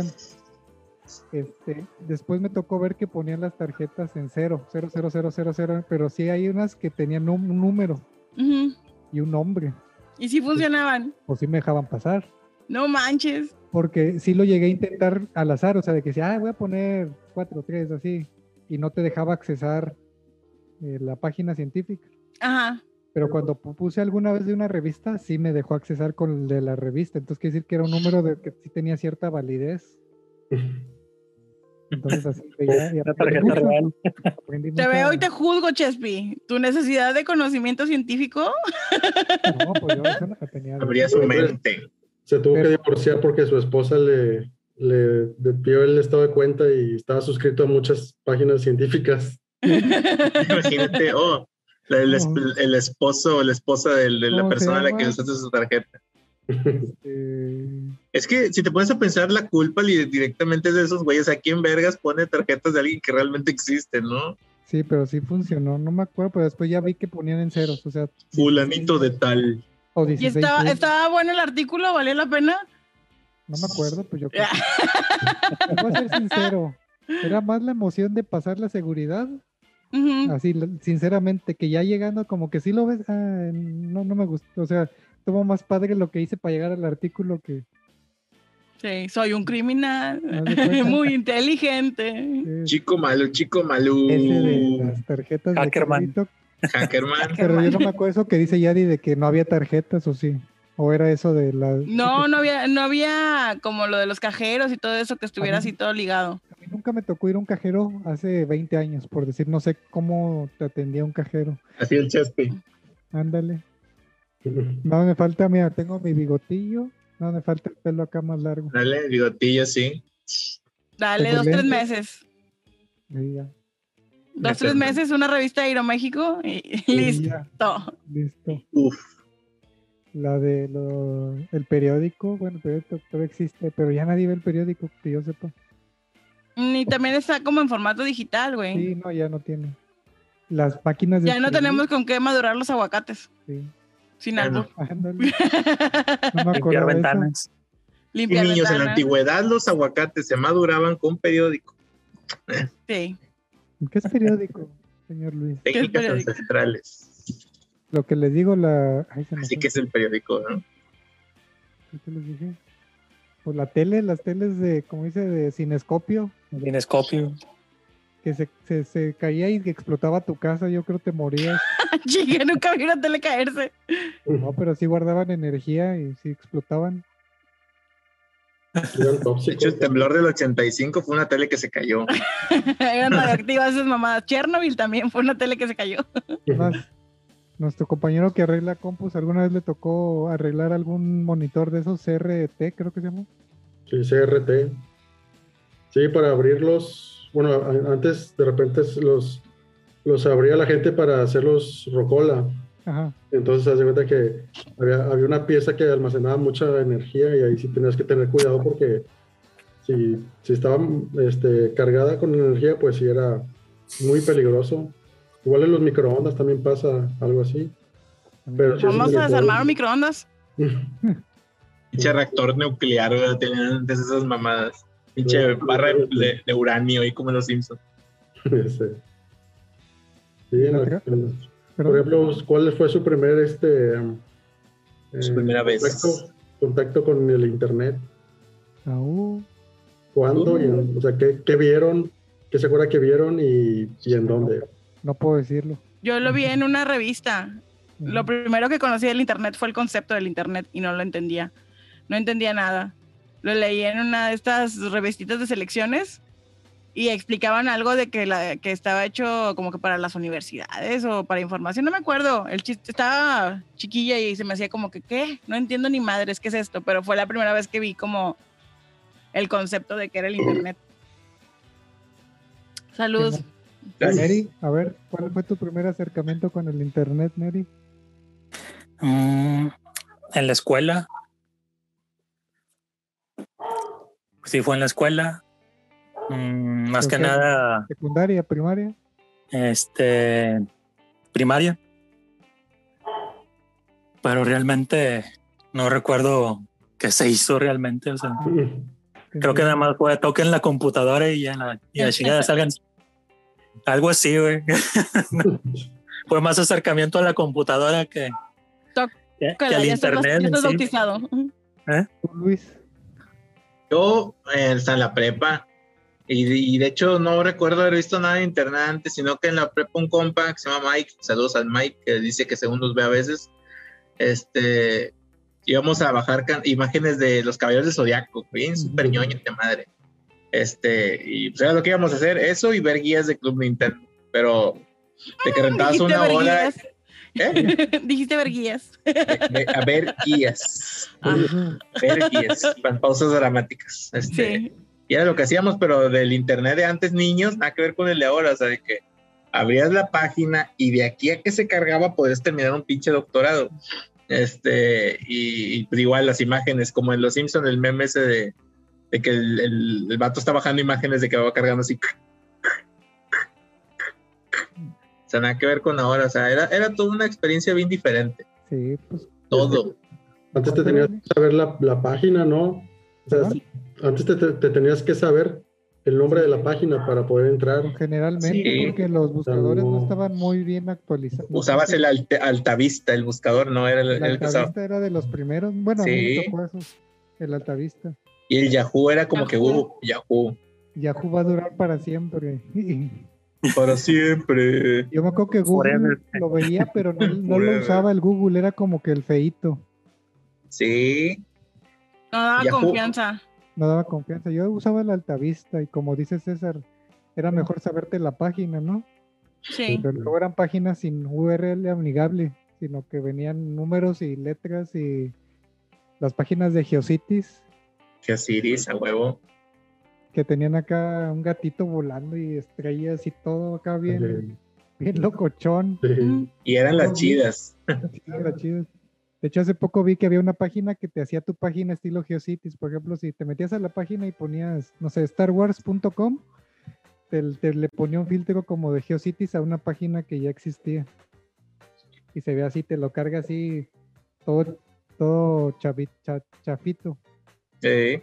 Después me tocó ver que ponían las tarjetas en 0, pero sí hay unas que tenían un número Ujú. y un nombre, Y sí funcionaban. o sí me dejaban pasar. No manches. Porque sí lo llegué a intentar al azar, o sea, de que decía, voy a poner 4, 3, así, y no te dejaba accesar la página científica. Ajá. Pero cuando puse alguna vez de una revista, sí me dejó accesar con el de la revista. Entonces quiere decir que era un número de que sí tenía cierta validez. Entonces así veía y Una aprendí tarjeta mucho, real. aprendí Te mucho. veo y te juzgo, Chespi. Tu necesidad de conocimiento científico. No, pues yo eso no la tenía. Abría su mente. Se tuvo que Pero- divorciar porque su esposa le pidió el estado de cuenta y estaba suscrito a muchas páginas científicas. Imagínate, el esposo o la esposa de la ¿Cómo se persona a la que llama? usaste su tarjeta. Este, Es que si te pones a pensar, la culpa directamente es de esos güeyes. ¿A quién vergas pone tarjetas de alguien que realmente existe, no? sí, pero sí funcionó. No me acuerdo, pero después ya vi que ponían en ceros. O sea, Fulanito de tal. O ¿Y 16 estaba bueno el artículo? ¿Valía la pena? No me acuerdo, pues yo creo que... Voy a ser sincero. Era más la emoción de pasar la seguridad. Ujú. Así, sinceramente, que ya llegando como que sí lo ves. No me gustó. O sea, estuvo más padre lo que hice para llegar al artículo que... Sí, soy un criminal. Haz de cuenta. Muy inteligente. Chico malo. Ese de las tarjetas de Hackerman. crédito. Hackerman. Pero yo no me acuerdo eso que dice Yadi de que no había tarjetas, ¿o sí? ¿O era eso de la... No había como lo de los cajeros y todo eso que estuviera así todo ligado. A mí nunca me tocó ir a un cajero hace 20 años, por decir, no sé cómo te atendía un cajero. Así el Chespe. Ándale. No me falta, mira, tengo mi bigotillo. No me falta el pelo acá más largo. Dale, el bigotillo, sí. Dale, Tengo 2-3 lentes. meses. Sí, ya. 2-3 meses, una revista de Aeroméxico y Sí, listo. ya. Listo. Uf. La de el periódico, bueno, el periódico todavía existe, pero ya nadie ve el periódico, que yo sepa. Y también está como en formato digital, güey. Sí, no, ya no tiene. Las máquinas de Ya no escribir, tenemos con qué madurar los aguacates. sí. Sin Ya albur. Ándale. No me Limpiar acordaba de eso. ventanas. Y Limpiar niños, en la ventanas. antigüedad los aguacates se maduraban con periódico. Sí. ¿Qué es periódico, señor Luis? Técnicas periódico? ancestrales. Lo que les digo, Ay, se me Así fue. que es el periódico, ¿no? ¿Qué les dije? Pues las teles de, como dice, de cinescopio, Cinescopio. que se caía y que explotaba tu casa, yo creo te morías. Chica, nunca vi una tele caerse. No, pero sí guardaban energía y sí explotaban. Eran De hecho, tóxicos. el temblor del 85 fue una tele que se cayó. Eran radioactivas esas mamadas. Chernobyl también fue una tele que se cayó. Más, nuestro compañero que arregla compus, ¿alguna vez le tocó arreglar algún monitor de esos CRT, creo que se llama? Sí, CRT. Sí, para abrirlos. Bueno, antes de repente los abría la gente para hacerlos rocola. Ajá. Entonces, haz de cuenta que había una pieza que almacenaba mucha energía y ahí sí tenías que tener cuidado porque si estaba cargada con energía, pues sí era muy peligroso. Igual en los microondas también pasa algo así. Pero sí es Vamos un a desarmar monitor. un microondas. Pinche reactor nuclear, güey, tenían antes esas mamadas. Pinche barra de uranio ahí como en los Simpsons. Sí, por ejemplo, ¿cuál fue su primer Su primera vez. contacto con el internet? Aún. ¿Cuándo? O sea, ¿qué vieron? ¿Qué se acuerda que vieron y en dónde? No puedo decirlo. Yo lo vi en una revista. Lo primero que conocí del internet fue el concepto del internet y no lo entendía. No entendía nada. Lo leí en una de estas revistitas de selecciones y explicaban algo de que estaba hecho como que para las universidades o para información. No me acuerdo. El chiste estaba chiquilla y se me hacía como que, ¿qué? No entiendo ni madres qué es esto, pero fue la primera vez que vi como el concepto de que era el internet. Salud. Neri, a ver, ¿cuál fue tu primer acercamiento con el internet, Neri? En la escuela. Sí, fue en la escuela. Más que nada. ¿Secundaria, primaria? Primaria. Pero realmente no recuerdo qué se hizo realmente. O sea, creo que nada más fue toquen la computadora y la chingada salgan. Algo así, güey. Fue más acercamiento a la computadora que al internet. Ya estás bautizado. ¿Tú, Luis? Yo está en la prepa y de hecho no recuerdo haber visto nada de internet antes, sino que en la prepa un compa que se llama Mike, saludos al Mike, que dice que según nos ve a veces, íbamos a bajar imágenes de los caballeros del Zodiaco, bien súper ñoño de madre. Y pues era lo que íbamos a hacer, eso y ver guías de Club Nintendo, pero de que rentabas una hora. Dijiste ver guías. A ver guías. Ver guías, con pausas dramáticas. Sí. Y era lo que hacíamos, pero del internet de antes, niños, nada que ver con el de ahora, o sea, de que abrías la página y de aquí a que se cargaba podías terminar un pinche doctorado. Y igual las imágenes, como en Los Simpsons, el meme ese de que el vato está bajando imágenes de que va cargando así. O sea, nada que ver con ahora, o sea, era toda una experiencia bien diferente. Sí, pues todo. Antes te tenías que saber la página, ¿no? O sea, antes te tenías que saber el nombre de la página para poder entrar. Generalmente, Sí. porque los buscadores no No. estaban muy bien actualizados. No sé Usabas si el Altavista, el buscador, no era el el que usaba. Altavista era de los primeros. Bueno, a mí Sí. me tocó eso, el Altavista. Y el Yahoo era como que, Yahoo. Yahoo. Yahoo va a durar para siempre. Para siempre. Yo me acuerdo que Google Forever. lo veía, pero no lo Forever. usaba el Google, era como que el feíto. Sí. No daba Yahoo. confianza. No daba confianza. Yo usaba el Altavista y como dice César, era mejor saberte la página, ¿no? Sí. Pero luego eran páginas sin URL amigable, sino que venían números y letras y las páginas de GeoCities Geocities, a huevo. que tenían acá un gatito volando y estrellas y todo acá bien, bien locochón. Sí. Y eran las chidas. Sí, era chido. De hecho, hace poco vi que había una página que te hacía tu página estilo GeoCities. Por ejemplo, si te metías a la página y ponías, no sé, starwars.com, te le ponía un filtro como de GeoCities a una página que ya existía. Y se ve así, te lo carga así, todo chafito. Sí.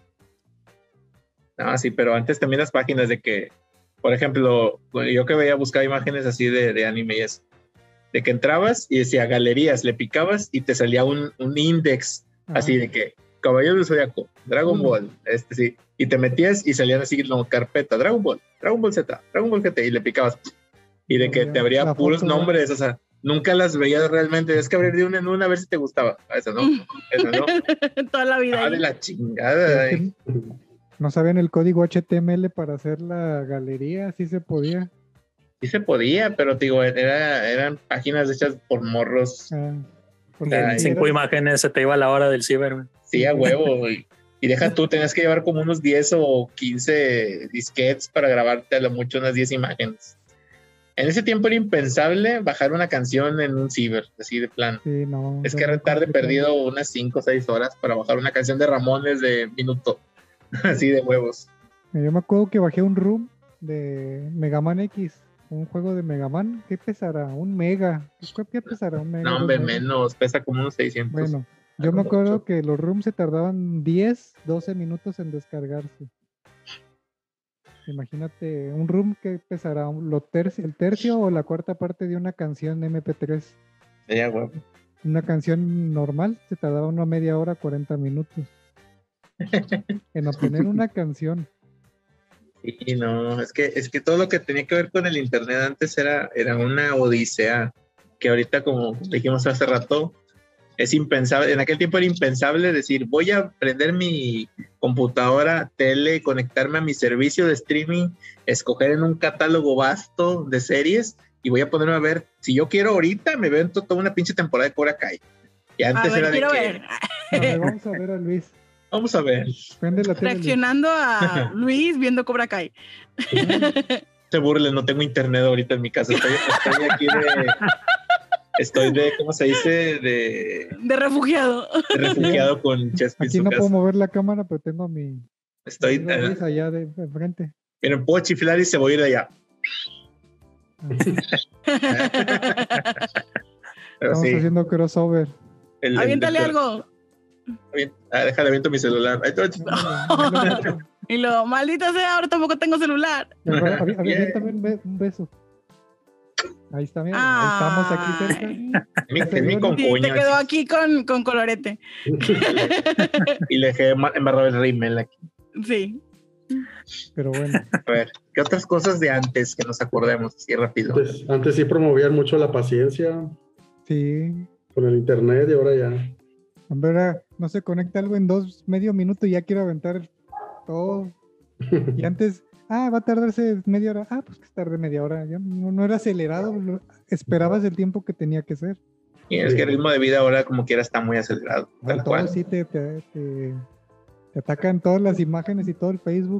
No, sí, pero antes también las páginas de que, por ejemplo, yo que veía buscar imágenes así de anime y eso, de que entrabas y decía galerías, le picabas y te salía un index así Ajá. de que Caballero del Zodiaco, Dragon Mm. Ball, sí, y te metías y salían así como carpeta, Dragon Ball Z, Dragon Ball GT, y le picabas y de que te abría La puros foto, nombres, o sea, nunca las veías realmente, es que abrir de una en una a ver si te gustaba, eso no, Toda la vida. ah, de ahí. la chingada, Es que no sabían el código HTML para hacer la galería, sí se podía. sí se podía, pero te digo, eran páginas hechas por morros, Porque Ay, sí En 5 era- imágenes se te iba la hora del ciber, güey. sí, a huevo, y deja tú, tenías que llevar como unos 10 o 15 disquetes para grabarte a lo mucho unas 10 imágenes. En ese tiempo era impensable bajar una canción en un ciber, así de plan. sí, no, Es era que muy retarde complicado. perdido unas 5 o 6 horas para bajar una canción de Ramones de minuto, así de huevos. Yo me acuerdo que bajé un room de Mega Man X, un juego de Mega Man. ¿Qué pesará? Un mega. ¿Qué pesará? Un mega. No, 2 hombre, megas. menos, pesa como unos 600. Bueno, yo me acuerdo que los rooms se tardaban 10, 12 minutos en descargarse. Imagínate, un room que pesará el tercio o la cuarta parte de una canción MP3. Ya, huevo. Una canción normal se tardaba una media hora, 40 minutos. En obtener una canción. Sí, no, es que todo lo que tenía que ver con el internet antes era una odisea, que ahorita, como dijimos hace rato, es impensable. En aquel tiempo era impensable decir, voy a prender mi computadora, tele, conectarme a mi servicio de streaming, escoger en un catálogo vasto de series y voy a ponerme a ver, si yo quiero ahorita, me veo toda una pinche temporada de Cobra Kai. Y antes A ver, era de quiero que, ver. A ver, vamos a ver a Luis. vamos a ver, Prende la tele. Luis. Reaccionando a Luis viendo Cobra Kai. se burlen, no tengo internet ahorita en mi casa, estoy aquí de, ¿cómo se dice? De refugiado. refugiado con Chespi en Aquí su no casa. puedo mover la cámara, pero tengo a mi Estoy, Luis allá de frente. miren, puedo chiflar y se voy a ir de allá. Pero Estamos sí, haciendo crossover. Aviéntale algo. Déjale, aviento mi celular. Ahí te voy. Ándale, Y lo, maldita sea, ahora tampoco tengo celular. aviéntame un beso. Ahí está, mira. Ahí estamos aquí cerca. Es mi Sí, te concuño. quedó aquí con colorete. Y le dejé embarrado el rímel aquí. Sí. Pero bueno, A ver, ¿qué otras cosas de antes que nos acordemos así rápido? Antes sí promovían mucho la paciencia sí. con el internet y ahora ya. Hombre, ahora no se conecta algo en medio minuto y ya quiero aventar todo. Y antes, va a tardarse media hora. Pues que tarde media hora. Ya no era acelerado. Esperabas el tiempo que tenía que ser. Y es que el ritmo de vida ahora como quiera está muy acelerado. Tal Todo cual. sí te atacan todas las imágenes y todo el Facebook.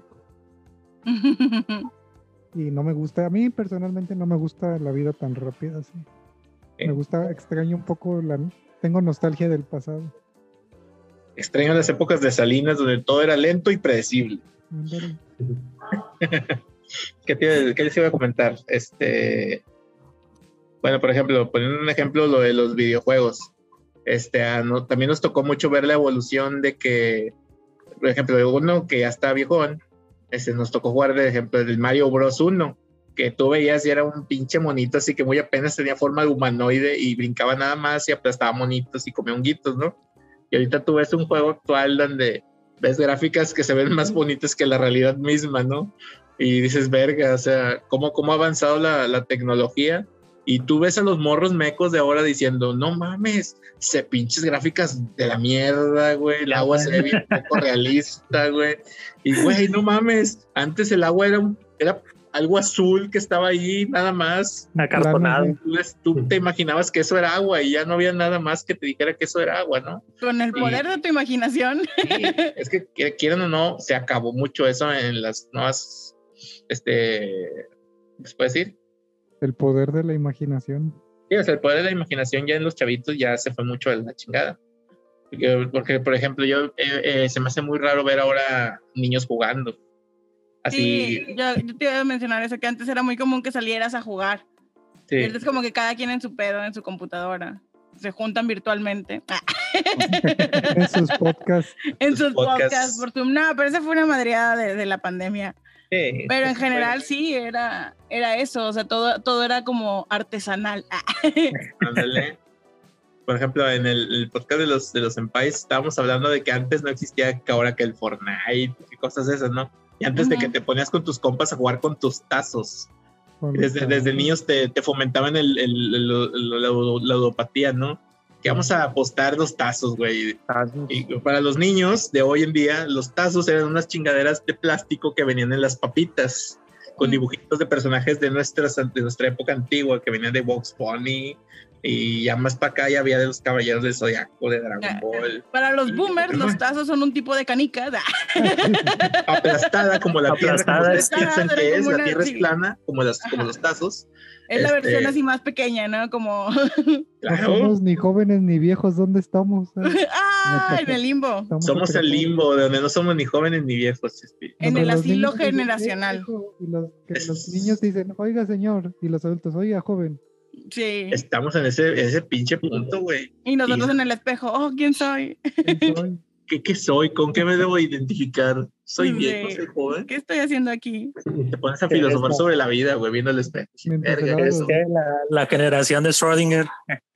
Y no me gusta, a mí personalmente no me gusta la vida tan rápida así. Me gusta, extraño un poco, tengo nostalgia del pasado. Extraño las épocas de Salinas donde todo era lento y predecible. Ándale. ¿Qué les iba a comentar? Bueno, por ejemplo, poniendo un ejemplo, lo de los videojuegos. También nos tocó mucho ver la evolución de que, por ejemplo, uno que ya está viejón, nos tocó jugar, de ejemplo, el Mario Bros. 1, que tú veías y era un pinche monito, así que muy apenas tenía forma de humanoide y brincaba nada más y aplastaba monitos y comía honguitos, ¿no? Y ahorita tú ves un juego actual donde ves gráficas que se ven más bonitas que la realidad misma, ¿no? Y dices, verga, o sea, ¿cómo ha avanzado la tecnología? Y tú ves a los morros mecos de ahora diciendo, no mames, pinches gráficas de la mierda, güey, el agua se ve bien poco realista, güey. Y, güey, no mames, antes el agua era algo azul que estaba ahí, nada más. Acartonado. Tú te imaginabas que eso era agua y ya no había nada más que te dijera que eso era agua, ¿no? Con el poder de tu imaginación. Sí, es que quieran o no, se acabó mucho eso en las nuevas, ¿qué se puede decir? El poder de la imaginación. Sí, o sea, el poder de la imaginación ya en los chavitos ya se fue mucho a la chingada. Porque por ejemplo, se me hace muy raro ver ahora niños jugando. Así. Sí, yo te iba a mencionar eso, que antes era muy común que salieras a jugar. Sí. Y es como que cada quien en su pedo, en su computadora. Se juntan virtualmente. En sus podcasts. En sus podcasts por Zoom. No, pero esa fue una madreada de la pandemia. Sí, pero en general sí, era eso, o sea, todo era como artesanal. Ándale. Por ejemplo, en el podcast de los senpais estábamos hablando de que antes no existía que ahora que el Fortnite y cosas esas, ¿no? Y antes de que te ponías con tus compas a jugar con tus tazos. Desde niños te fomentaban la ludopatía, ¿no? Que vamos a apostar los tazos, güey. Y para los niños de hoy en día, los tazos eran unas chingaderas de plástico que venían en las papitas, con dibujitos de personajes de nuestra época antigua, que venían de Bugs Bunny, y ya más para acá ya había de los Caballeros del Zodiaco, de Dragon Ball. Para los boomers, los tazos son un tipo de canica. Aplastada, como la tierra, como ustedes piensan que es, la tierra sí. es plana, como los tazos. Es la versión así más pequeña, ¿no? Como... Claro. No somos ni jóvenes ni viejos, ¿dónde estamos? En el limbo. Somos el limbo, de donde no somos ni jóvenes ni viejos. En el asilo generacional. Y los niños dicen, oiga señor, y los adultos, oiga joven. Sí. Estamos en ese pinche punto, güey. Y nosotros en el espejo, ¿quién soy? ¿Quién soy? ¿Qué soy? ¿Con qué me debo identificar? ¿Soy viejo? ¿Soy joven? ¿Qué estoy haciendo aquí? Te pones a filosofar sobre la vida, güey, viendo el espejo. Es la generación de Schrödinger.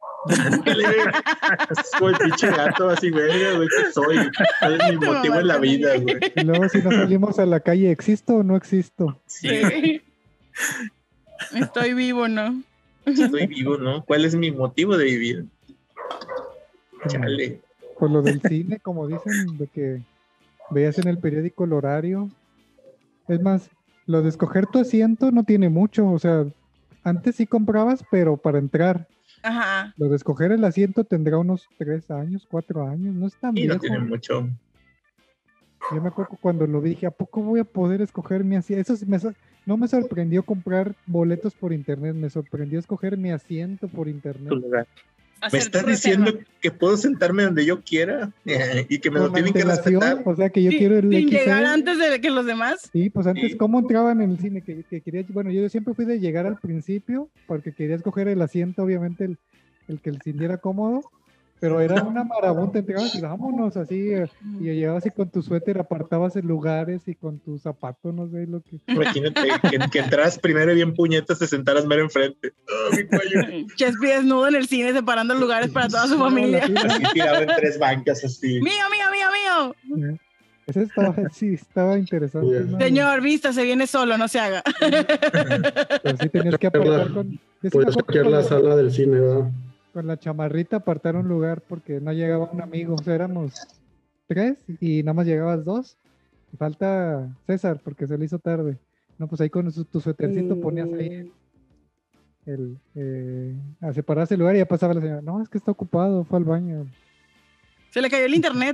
Soy pinche gato, así, güey, ¿qué soy? ¿Cuál es mi motivo en la vida, güey? Y luego si nos salimos a la calle, ¿existo o no existo? Sí. Estoy vivo, ¿no? Estoy vivo, ¿no? ¿Cuál es mi motivo de vivir? Chale. Por lo del cine, como dicen, de que veías en el periódico el horario. Es más, lo de escoger tu asiento no tiene mucho, o sea, antes sí comprabas, pero para entrar. Ajá. Lo de escoger el asiento tendrá unos 3 años, 4 años, no es tan viejo. Y no tiene mucho. Yo me acuerdo cuando lo vi, dije, ¿a poco voy a poder escoger mi asiento? Eso no me sorprendió comprar boletos por internet, me sorprendió escoger mi asiento por internet. ¿Me estás diciendo que puedo sentarme donde yo quiera y que me lo tienen que respetar? O sea, que yo quiero el sin XL. Llegar antes de que los demás. Sí, pues antes, ¿cómo entraban en el cine? Que quería, bueno, yo siempre fui de llegar al principio porque quería escoger el asiento, obviamente, el que el sintiera cómodo, pero era una marabunta, entrabas y vámonos, así, y llegabas y con tu suéter apartabas en lugares y con tu zapato, no sé lo que... Imagínate que entras primero y bien puñetas te sentaras mero enfrente. Oh, mi cuello. Chespi desnudo en el cine separando lugares para toda su familia. Así tirado en 3 bancas, así. ¡Mío! Ese estaba interesante. ¿No? Señor, vista, se viene solo, no se haga. Pero sí tenías que apartar con... Puedes saquear la sala del cine, ¿verdad? Con la chamarrita apartar un lugar porque no llegaba un amigo, o sea, éramos 3 y nada más llegabas 2. Falta César porque se le hizo tarde. No, pues ahí con tu suétercito ponías ahí a separarse el lugar y ya pasaba la señora. No, es que está ocupado, fue al baño. Se le cayó el internet.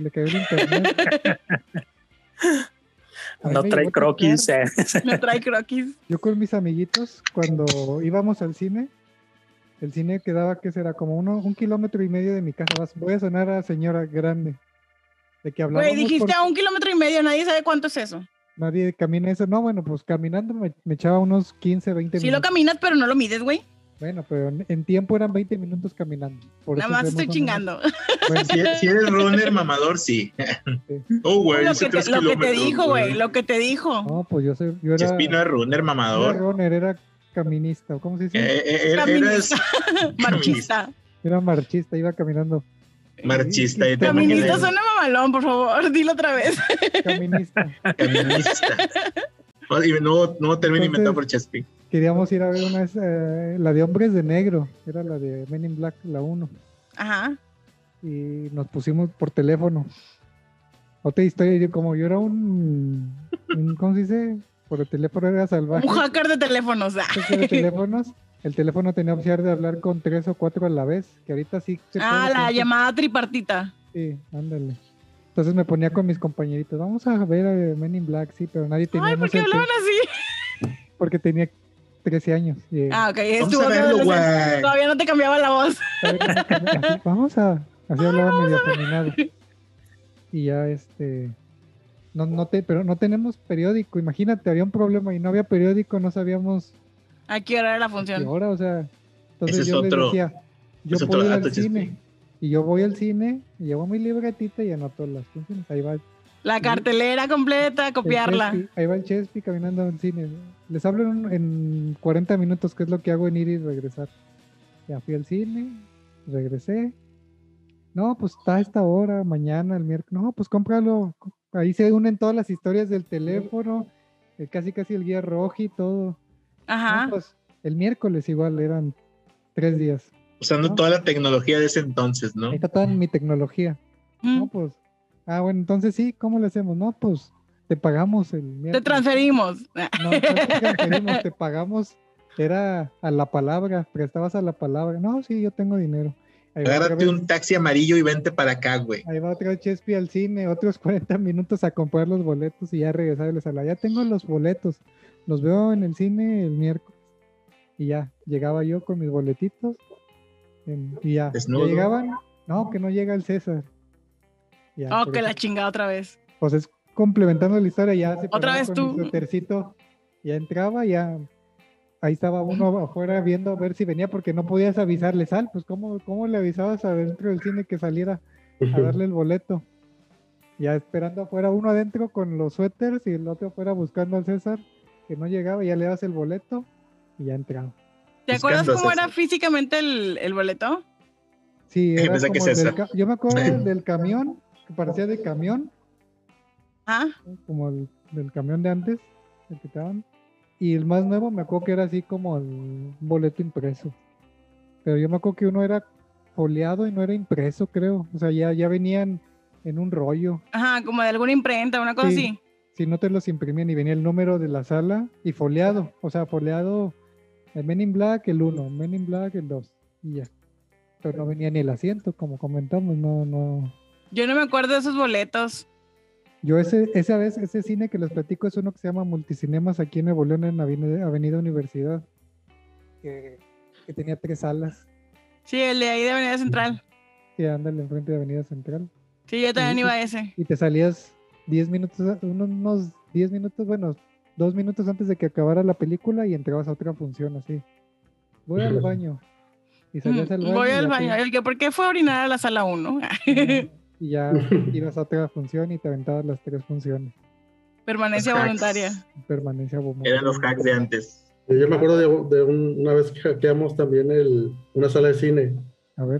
No trae croquis. No trae croquis. Yo con mis amiguitos, cuando íbamos al cine, el cine quedaba, ¿qué será? Como 1,5 kilómetros de mi casa. Voy a sonar a señora grande. De que hablábamos. Güey, dijiste a 1,5 kilómetros, nadie sabe cuánto es eso. Nadie camina eso. No, bueno, pues caminando me echaba unos 15, 20 minutos. Sí lo caminas, pero no lo mides, güey. Bueno, pero en tiempo eran 20 minutos caminando. Por Nada eso más sé estoy más o menos. chingando. Bueno, Si eres runner mamador, sí. Oh, güey, Lo hice que 3 te kilómetros. dijo, güey, lo que te dijo. no, pues yo Chespi no era es runner mamador. runner, era caminista, ¿cómo se dice? Eres Caminista. Marchista. Era marchista, iba caminando. marchista. Y Caminista suena mamalón, por favor, dilo otra vez. Caminista. Caminista. Y nuevo término Entonces, inventado por Chespi. Queríamos ir a ver la de Hombres de Negro, era la de Men in Black, la 1. Ajá. Y nos pusimos por teléfono. Otra historia, como yo era ¿cómo se dice? Por el teléfono era salvaje. Un hacker de teléfonos. Hacker de teléfonos. El teléfono tenía opción de hablar con 3 o 4 a la vez, que ahorita sí. La llamada tripartita. Sí, ándale. Entonces me ponía con mis compañeritos, vamos a ver a Men in Black, sí, pero nadie tenía. Ay, ¿por qué hablaban así? Porque tenía 13 años. Ok, Vamos estuvo a verlo, güey. todavía no te cambiaba la voz. Así hablaba medio afeminado. Y ya pero no tenemos periódico, imagínate, había un problema y no había periódico, no sabíamos ¿A qué hora era la qué función? hora, o sea, entonces Ese es yo les otro- decía, yo es otro puedo ir al dato, cine, Chespi. y yo voy al cine, y llevo mi libretita y anoto las funciones, ahí va La cartelera completa, copiarla. ahí va el Chespi caminando al cine, les hablo en 40 minutos, que es lo que hago en ir y regresar. Ya fui al cine, regresé. No, pues está a esta hora, mañana, el miércoles. No, pues cómpralo. Ahí se unen todas las historias del teléfono, casi el guía rojo y todo. Ajá. No, pues el miércoles igual eran 3 días. Usando ¿no? toda la tecnología de ese entonces, ¿no? Ahí está toda mi tecnología. No, pues. Bueno, entonces sí, ¿cómo le hacemos? No, pues te pagamos el miércoles. Te transferimos. No te transferimos, te pagamos. Era a la palabra, prestabas a la palabra. No, sí, yo tengo dinero. Ahí va otra Agárrate vez. un taxi amarillo y vente para acá, güey. Ahí va otra vez Chespi al cine, otros 40 minutos a comprar los boletos y ya regresarles a ya tengo los boletos, los veo en el cine el miércoles. Y ya, llegaba yo con mis boletitos y ya Desnudo. llegaban, no, que no llega el César. Ya, Oh, que la chingada otra vez. pues es complementando la historia, ya se Otra paraba vez con tú. mi suétercito, ya entraba, ya ahí estaba uno afuera viendo a ver si venía porque no podías avisarle, pues ¿cómo le avisabas adentro del cine que saliera a darle el boleto? Ya esperando afuera, uno adentro con los suéteres y el otro afuera buscando al César, que no llegaba, ya le das el boleto y ya entraba. ¿Te Buscando acuerdas cómo a César. era físicamente el boleto? Sí, era Pensé que como el César. yo me acuerdo del camión, que parecía de camión, Ah, como el del camión de antes, el que te daban. Y el más nuevo me acuerdo que era así como el boleto impreso. Pero yo me acuerdo que uno era foliado y no era impreso, creo. O sea, ya venían en un rollo. ajá, como de alguna imprenta, una cosa Sí. así. Si no te los imprimían y venía el número de la sala y foliado. O sea, foliado el Men in Black, el 1, Men in Black, el 2. Y ya. Pero no venía ni el asiento, como comentamos, no. Yo no me acuerdo de esos boletos. Yo ese cine que les platico es uno que se llama Multicinemas aquí en Nuevo León, en Avenida Universidad, que tenía 3 salas, Sí, el de ahí de Avenida Central. que andan enfrente de Avenida Central, Sí, yo también iba a ese. y te salías 10 minutos, unos 10 minutos, bueno, 2 minutos antes de que acabara la película y entrabas a otra función así. Voy al baño. Y salías al baño. Voy y al así, baño. El que, ¿por qué fue a orinar a la sala 1? Y ya ibas a otra función y te aventabas las 3 funciones. Permanencia Los hacks. voluntaria. Permanencia voluntaria. Eran los hacks de antes. Yo me acuerdo de una vez que hackeamos también una sala de cine. A ver,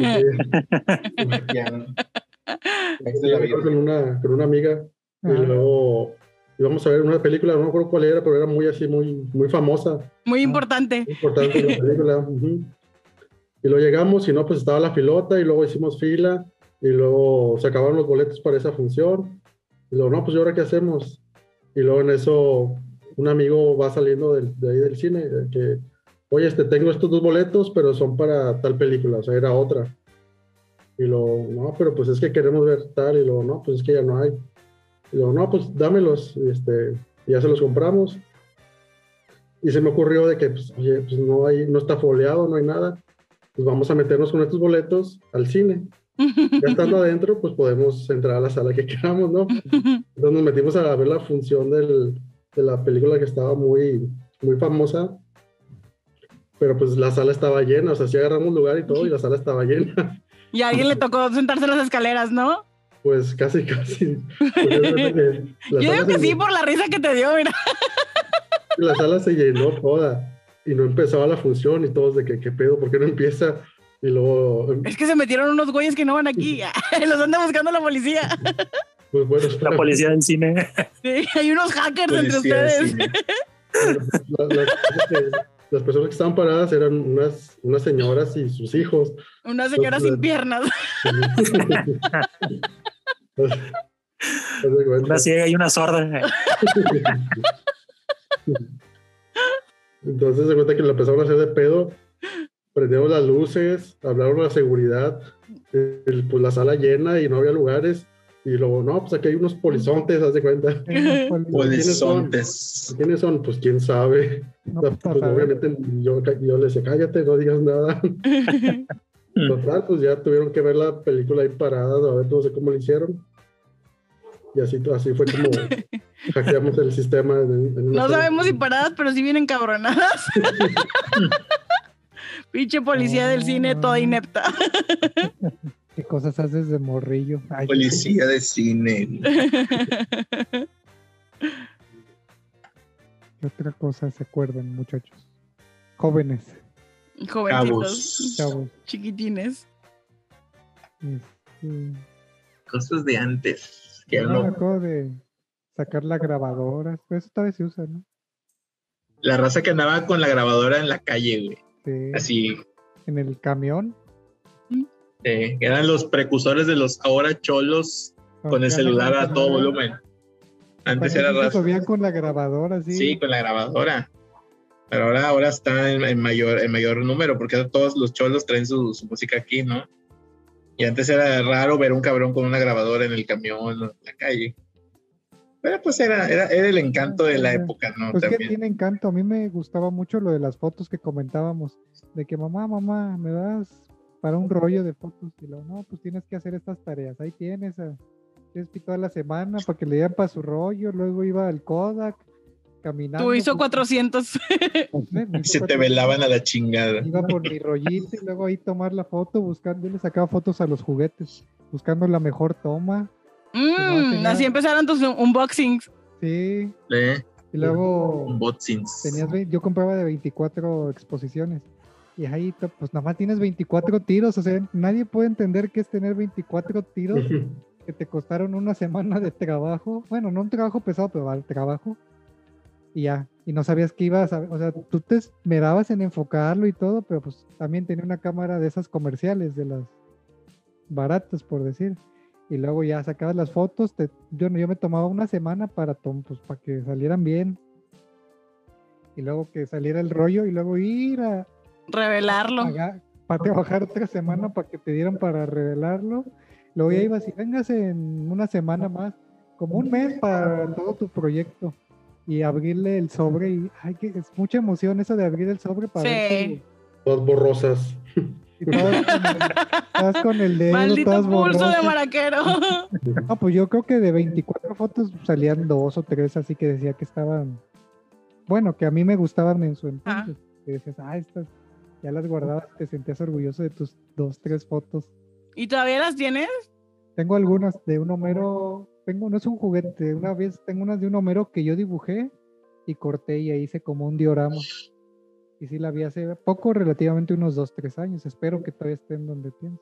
Ya, ¿no? Yo me acuerdo con una amiga y Ajá. luego íbamos a ver una película, no me acuerdo cuál era, pero era muy así, muy famosa, Muy importante. muy importante la película. Ujú. Y luego llegamos y no, pues estaba la filota y luego hicimos fila y luego se acabaron los boletos para esa función. Y luego, no, pues ¿y ahora qué hacemos? Y luego en eso un amigo va saliendo de ahí del cine, que, oye, tengo estos 2 boletos, pero son para tal película, o sea, era otra. Y luego, no, pero pues es que queremos ver tal, y luego, no, pues es que ya no hay. Y luego, no, pues dámelos, y ya se los compramos. Y se me ocurrió de que, pues, oye, pues no está foliado, no hay nada, pues vamos a meternos con estos boletos al cine. Ya estando adentro, pues podemos entrar a la sala que queramos, ¿no? Entonces nos metimos a ver la función de la película que estaba muy famosa. pero pues la sala estaba llena, o sea, sí agarramos lugar y todo, y la sala estaba llena. Y a alguien le tocó sentarse en las escaleras, ¿no? Pues casi. Porque Yo digo que sí, por la risa que te dio, mira. La sala se llenó toda y no empezaba la función y todos de que, ¿qué pedo? ¿Por qué no empieza? Y luego... Es que se metieron unos güeyes que no van aquí. Los anda buscando la policía. Pues bueno, La policía del cine. Sí, hay unos hackers entre Policía de ustedes. cine. las personas que estaban paradas eran unas señoras y sus hijos. Una señora sin piernas. Una ciega y una sorda. Entonces se cuenta que la empezaron a hacer de pedo, prendieron las luces, hablaron a la seguridad, pues la sala llena y no había lugares, y luego, no, pues aquí hay unos polizontes, haz de cuenta. Polizontes. ¿Quiénes son? Pues quién sabe. No, Pues, obviamente yo le decía, cállate, no digas nada. Total, pues ya tuvieron que ver la película ahí parada, a ver, no sé cómo lo hicieron. Y así fue como hackeamos el sistema. No sabemos si paradas, pero sí vienen cabronadas. Pinche policía del cine toda inepta. ¿Qué cosas haces de morrillo? Ay, Policía de cine. ¿qué otra cosa se acuerdan, muchachos? Jóvenes, Jovencitos, chavos. chiquitines. Cosas de antes. Que Me no. acabo de sacar la grabadora, pero eso todavía se usa, ¿no? La raza que andaba con la grabadora en la calle, güey. Sí, Así. en el camión. Que eran los precursores de los ahora cholos con el celular a todo volumen. Antes era Se raza. subían con la grabadora, sí. Sí, con la grabadora. Pero ahora está en mayor número, porque todos los cholos traen su música aquí, ¿no? Y antes era raro ver un cabrón con una grabadora en el camión, en la calle. Pero pues era el encanto de la época, ¿no? Pues que También. tiene encanto. A mí me gustaba mucho lo de las fotos que comentábamos. De que mamá, ¿me das para un rollo de fotos? Y luego, no, pues tienes que hacer estas tareas. Ahí tienes toda la semana para que le dieran para su rollo. Luego iba al Kodak caminando. Tú hizo 400. Se te velaban a la chingada. Iba por mi rollito y luego ahí tomar la foto, buscando, yo le sacaba fotos a los juguetes, buscando la mejor toma. Así empezaron tus unboxings. Sí, ¿Eh? y luego Unboxings. yo compraba de 24 exposiciones. Y ahí, pues nada más tienes 24 tiros, o sea, nadie puede entender qué es tener 24 tiros que te costaron una semana de trabajo. Bueno, no un trabajo pesado, pero al trabajo. Y ya, y no sabías qué ibas a ver, o sea, tú te esmerabas en enfocarlo y todo, pero pues también tenía una cámara de esas comerciales, de las baratas, por decir. Y luego ya sacabas las fotos, yo me tomaba una semana para que salieran bien. Y luego que saliera el rollo y luego ir a Revelarlo. para trabajar otra semana para que te dieran para revelarlo. Luego ya ibas y vengas en una semana más, como un mes para todo tu proyecto. Y abrirle el sobre y que es mucha emoción eso de abrir el sobre para ver todas borrosas. y todas con el dedo, Maldito todas pulso borrosas. de maraquero. No, pues yo creo que de 24 fotos salían 2 o 3, así que decía que estaban, bueno, que a mí me gustaban en su entonces. Que decías, estas ya las guardabas, te sentías orgulloso de tus 2, 3 fotos. ¿Y todavía las tienes? Tengo algunas de un Homero, no es un juguete, una vez tengo unas de un Homero que yo dibujé y corté y hice como un diorama. Y sí la vi hace poco, relativamente unos 2, 3 años. Espero que todavía estén donde pienso.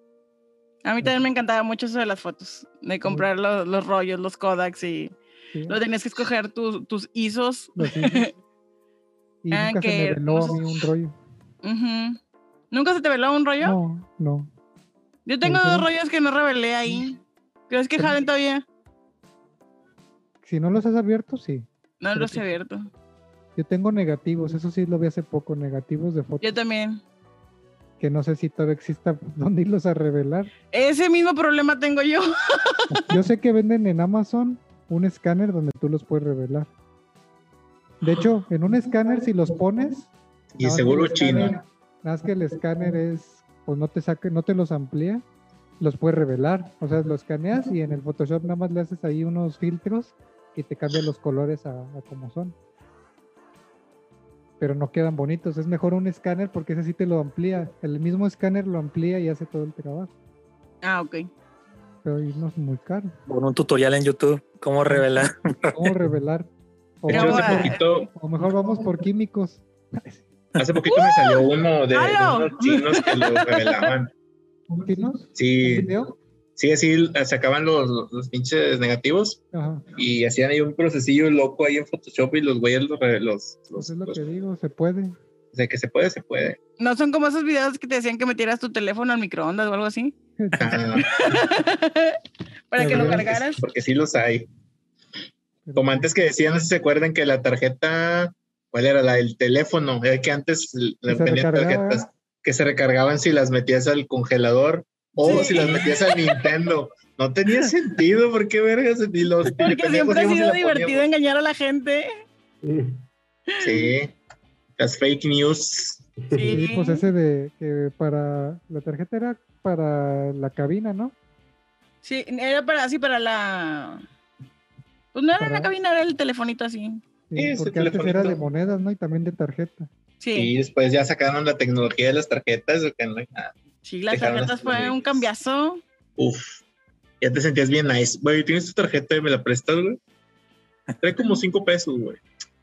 A mí también me encantaba mucho eso de las fotos, de comprar los rollos, los Kodaks y Sí, lo tenías que escoger tus ISOs. los hice. Y nunca se me veló a mí un rollo. Ujú. ¿Nunca se te veló un rollo? No. Yo tengo ¿En serio? 2 rollos que no revelé ahí. ¿Crees que jalen todavía? Si no los has abierto, sí. No Creo los he que- abierto. Yo tengo negativos, eso sí lo vi hace poco, negativos de fotos. Yo también. Que no sé si todavía exista dónde irlos a revelar. Ese mismo problema tengo yo. Yo sé que venden en Amazon un escáner donde tú los puedes revelar. De hecho, en un escáner si los pones... Y nada más seguro que el escáner- chino. Nada más que el escáner pues no te los amplía, los puedes revelar. O sea, los escaneas y en el Photoshop nada más le haces ahí unos filtros y te cambia los colores a como son. pero no quedan bonitos. Es mejor un escáner porque ese sí te lo amplía. El mismo escáner lo amplía y hace todo el trabajo. Ah, ok. Pero ahí no es muy caro. Con un tutorial en YouTube, cómo revelar. ¿Cómo revelar? O, De hecho, Pero, hace poquito, o mejor vamos por químicos. me salió uno de ¡Halo! unos chinos que lo revelaban. ¿Chinos? ¿Un Sí, video? sí, así sacaban los pinches negativos Ajá. y hacían ahí un procesillo loco ahí en Photoshop y los güeyes Pues es lo que digo, se puede. de que se puede. ¿No son como esos videos que te decían que metieras tu teléfono al microondas o algo así? Ah, Para que lo Pero- cargaras. porque sí los hay. Como antes que decían, no sé si se acuerdan que la tarjeta, ¿cuál era? La del teléfono. Era que antes le se vendían recargaba. tarjetas que se recargaban si las metías al congelador o Sí. si las metías al Nintendo. No tenía sentido, ¿por qué vergas? Ni los Porque pendejos siempre ha íbamos y sido la divertido poníamos. engañar a la gente. Sí, las fake news. Sí, pues ese de que para la tarjeta era para la cabina, ¿no? Sí, era para así, para la... Pues no era Para- la cabina, era el telefonito así. Sí, Sí, ese porque antes era telefonito. de monedas, ¿no? Y también de tarjeta. Sí, Y después ya sacaron la tecnología de las tarjetas. Que no hay nada. sí, las dejaron tarjetas las fue un tarjetas. cambiazo. Uf, ya te sentías bien nice. Güey, ¿tienes tu tarjeta y me la prestas, güey? Trae como 5 pesos, güey.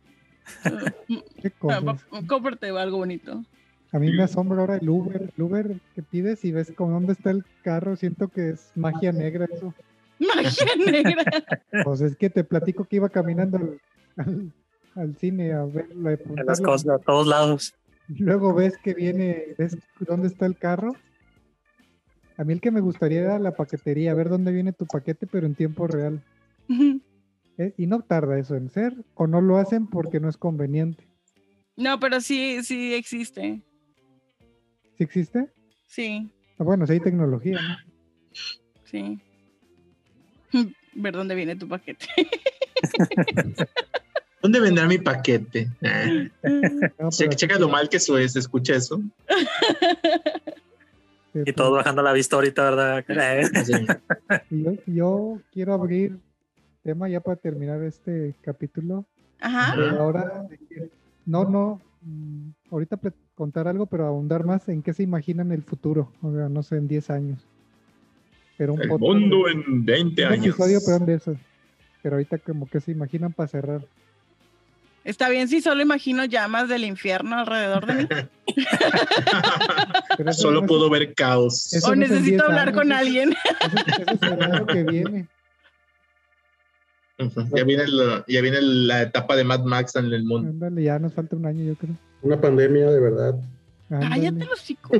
¿Qué cosas? Cómprate algo bonito. A mí me asombra ahora el Uber que pides y ves con dónde está el carro. Siento que es magia negra eso. Magia negra. Pues es que te platico que iba caminando al cine a ver la de En las cosas, a todos lados. Luego ves que viene, ves dónde está el carro. A mí el que me gustaría era la paquetería, ver dónde viene tu paquete, pero en tiempo real. Y no tarda eso en ser, o no lo hacen porque no es conveniente. No, pero sí, sí existe. ¿Sí existe? Sí, Ah, bueno, sí hay tecnología, ¿no? sí. Ver dónde viene tu paquete. ¿Dónde vendrá mi paquete? No, pero Checa lo mal que se escucha eso. pues, Y todos bajando la vista ahorita, ¿verdad? Así. yo quiero abrir tema ya para terminar este capítulo. Ajá. Pero ahora, ahorita contar algo, pero ahondar más en qué se imaginan el futuro. O sea, no sé, en 10 años. Pero un El podcast mundo de- en 20 un años. episodio, perdón, de esos. Pero ahorita como que se imaginan para cerrar. Está bien si solo imagino llamas del infierno alrededor de mí. Pero eso Solo no es- puedo ver caos. Eso O no es en necesito 10 hablar años, con eso- alguien. Eso será lo que viene. Ujú. Ya viene la etapa de Mad Max en el mundo. Ándale, ya nos falta un año, yo creo. Una pandemia de verdad. Cállate Ándale. los hocico.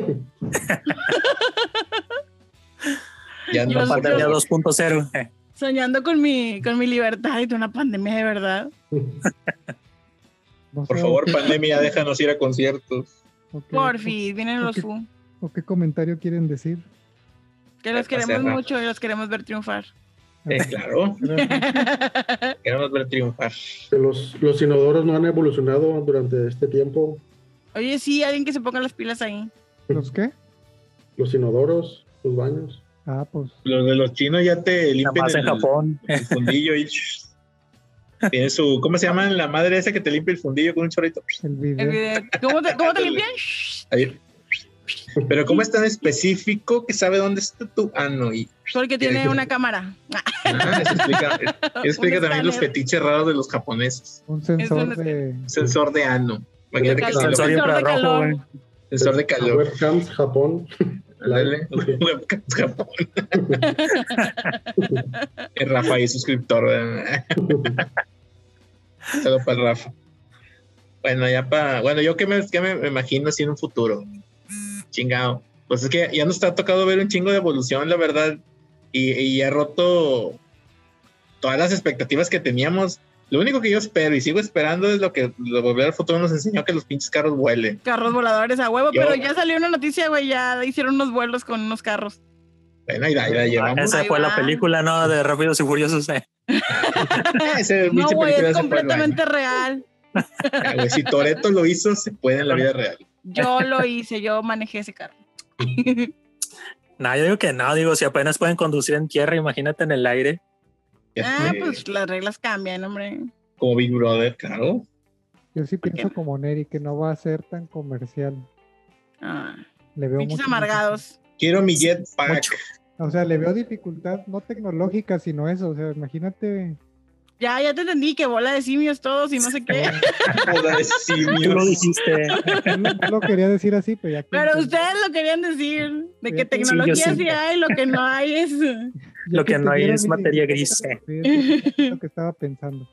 Ya Yo no soy- Pandemia por 2.0. Soñando con mi libertad y de una pandemia de verdad. No sé, favor, pandemia, déjanos ir a conciertos. o qué- Porfis, vienen los ok. FU. ¿O qué comentario quieren decir? Que los Ya queremos cerramos. mucho y los queremos ver triunfar. Claro, queremos ver triunfar. Que los inodoros no han evolucionado durante este tiempo. Oye, sí, alguien que se ponga las pilas ahí. ¿Los qué? Los inodoros, los baños. Ah, pues Los de los chinos ya te Nada limpian más en Japón. el fundillo y tiene su, ¿cómo se llama la madre esa que te limpia el fundillo con un chorrito? el El video. video- ¿Cómo te limpian? Ahí. Pero ¿cómo es tan específico que sabe dónde está tu ano? Y Porque tiene una cámara. eso explica Un también los escáner. fetiches raros de los japoneses. Un sensor un- de... Un sensor de ano. Imagínate que Sensor sí lo- Sensor de infrarrojo, calor. güey. sensor de calor. Webcams, Japón. Ándale. Webcam Japón. El Rafa ahí suscriptor. ¿verdad? Solo para el Rafa. Bueno, yo que me imagino así en un futuro. Chingado. Pues es que ya nos ha tocado ver un chingo de evolución, la verdad. Y ha roto todas las expectativas que teníamos. Lo único que yo espero y sigo esperando es lo que Volver al Futuro nos enseñó, que los pinches carros vuelen. Carros voladores a huevo, Yo- pero ya salió una noticia, güey, ya hicieron unos vuelos con unos carros. Bueno, ahí la llevamos. Esa Ahí fue va. la película, ¿no? De Rápidos y Furiosos. Ese No, pinche güey, película es se fue al baño. completamente real. Ah, güey, si Toretto lo hizo, se puede en la vida real. Yo lo hice, yo manejé ese carro. No, yo digo que no, digo, si apenas pueden conducir en tierra, imagínate en el aire. Ah, pues las reglas cambian, hombre. Como Big Brother, claro. Yo sí ¿Por qué? pienso como Neri, que no va a ser tan comercial. Ah, Le veo pinches mucho- amargados. Quiero mi jetpack. Mucho. O sea, le veo dificultad, no tecnológica, sino eso. O sea, imagínate. Ya te entendí que bola de simios todos y no sé qué. Boda de Tú lo simios. dijiste. No lo quería decir así, pero ya que Pero entendí- ustedes lo querían decir, de que Sí, yo tecnología sí. sí hay, lo que no hay es... ya Lo que no hay entendieron es mi materia dificultad, gris. sí, es lo que estaba pensando.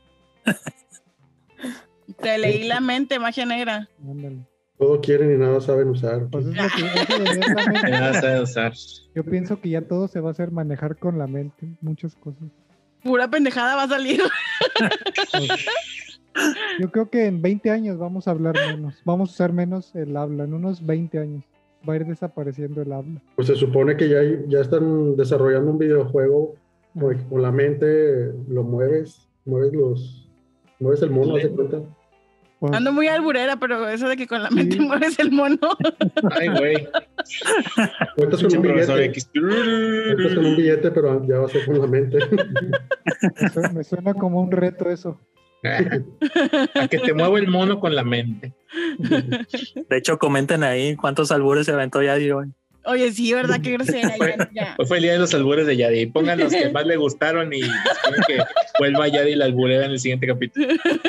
Te leí la mente, magia negra. Ándale. Todo quieren y nada saben usar. Pues es lo que eso de leer la Me mente. vas a usar. Yo pienso que ya todo se va a hacer manejar con la mente, muchas cosas. Pura pendejada va a salir. Pues, yo creo que en 20 años vamos a hablar menos, vamos a usar menos el habla, en unos 20 años va a ir desapareciendo el habla. Pues se supone que ya están desarrollando un videojuego porque con la mente lo mueves el mono, haz de cuenta. Pues, Ando muy alburera, pero eso de que con la mente Sí. mueves el mono. Ay, güey. Cuentas con Pinche un profesor billete, X. cuentas con un billete, pero ya va a ser con la mente. me suena como un reto eso. A que te mueva el mono con la mente. De hecho, comenten ahí cuántos albures se aventó Yadi hoy. Oye, sí, ¿verdad? Qué grosera. Ya. Hoy fue el día de los albures de Yadi. Pongan los que más le gustaron y esperen que vuelva Yadi la albulera en el siguiente capítulo.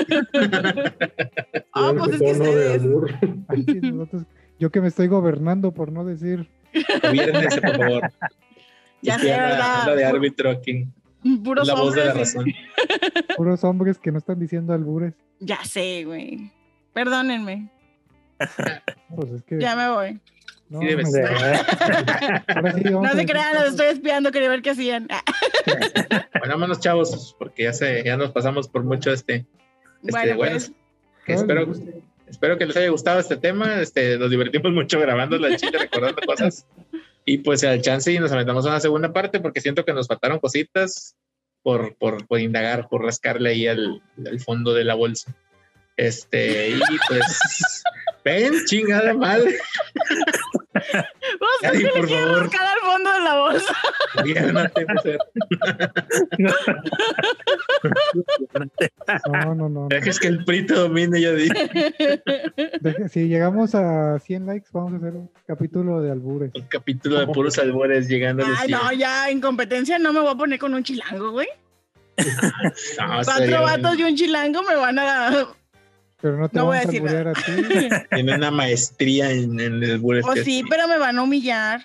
Ah, pues es que Tono de ustedes. albur. Ay, sí, yo que me estoy gobernando por no decir. Gobiérnense, por favor. Ya Es sé, que anda ¿verdad? de árbitro aquí. Puros La voz de la hombres. razón. Puros hombres que no están diciendo albures. Ya sé, güey. Perdónenme. Pues es que. Ya me voy. No, Sí debe no, ser. ahora sí, vamos No a se decir crean, los cosas. estoy espiando, quería ver qué hacían. Ah, Bueno, vámonos, chavos, porque ya nos pasamos por mucho bueno, pues. que Todo espero, les guste. espero que les haya gustado este tema. Nos divertimos mucho grabando la chile, recordando cosas. Y pues al chance y nos aventamos una segunda parte porque siento que nos faltaron cositas por indagar, por rascarle ahí al fondo de la bolsa. Y pues ven, chingada madre. Vos, ¿por Ay, qué le por quieres favor. buscar al fondo de la bolsa? Gobiérnate, mujer. No. Dejes que el prito domine, ya di. Si llegamos a 100 likes, vamos a hacer un capítulo de albures. Un capítulo de puros albores llegando a los Ay, 100. no, ya en competencia no me voy a poner con un chilango, güey. No, 4 sería vatos y un chilango me van a... Pero no te No voy a vamos a decir alburear a ti. Tiene una maestría en el albures. O sí, pero me van a humillar.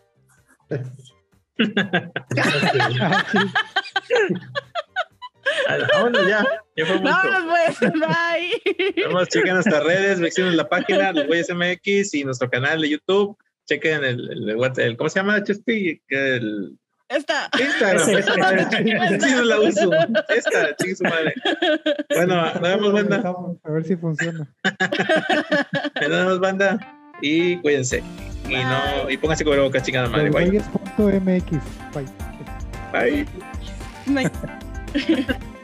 Vámonos ya. Ya fue mucho. Vámonos pues, bye. Vamos, chequen nuestras redes, visiten la página, los güeyes MX y nuestro canal de YouTube. Chequen el ¿cómo se llama, Chespi? El Esta. Instagram. Sí, no la uso. Esta, chingue su madre. Bueno, nos vemos, banda. A ver si funciona. Nos vemos, banda. Y cuídense. Y pónganse cubrebocas, chingada madre. Bye. Los güeyes.mx. Bye. Bye. Me-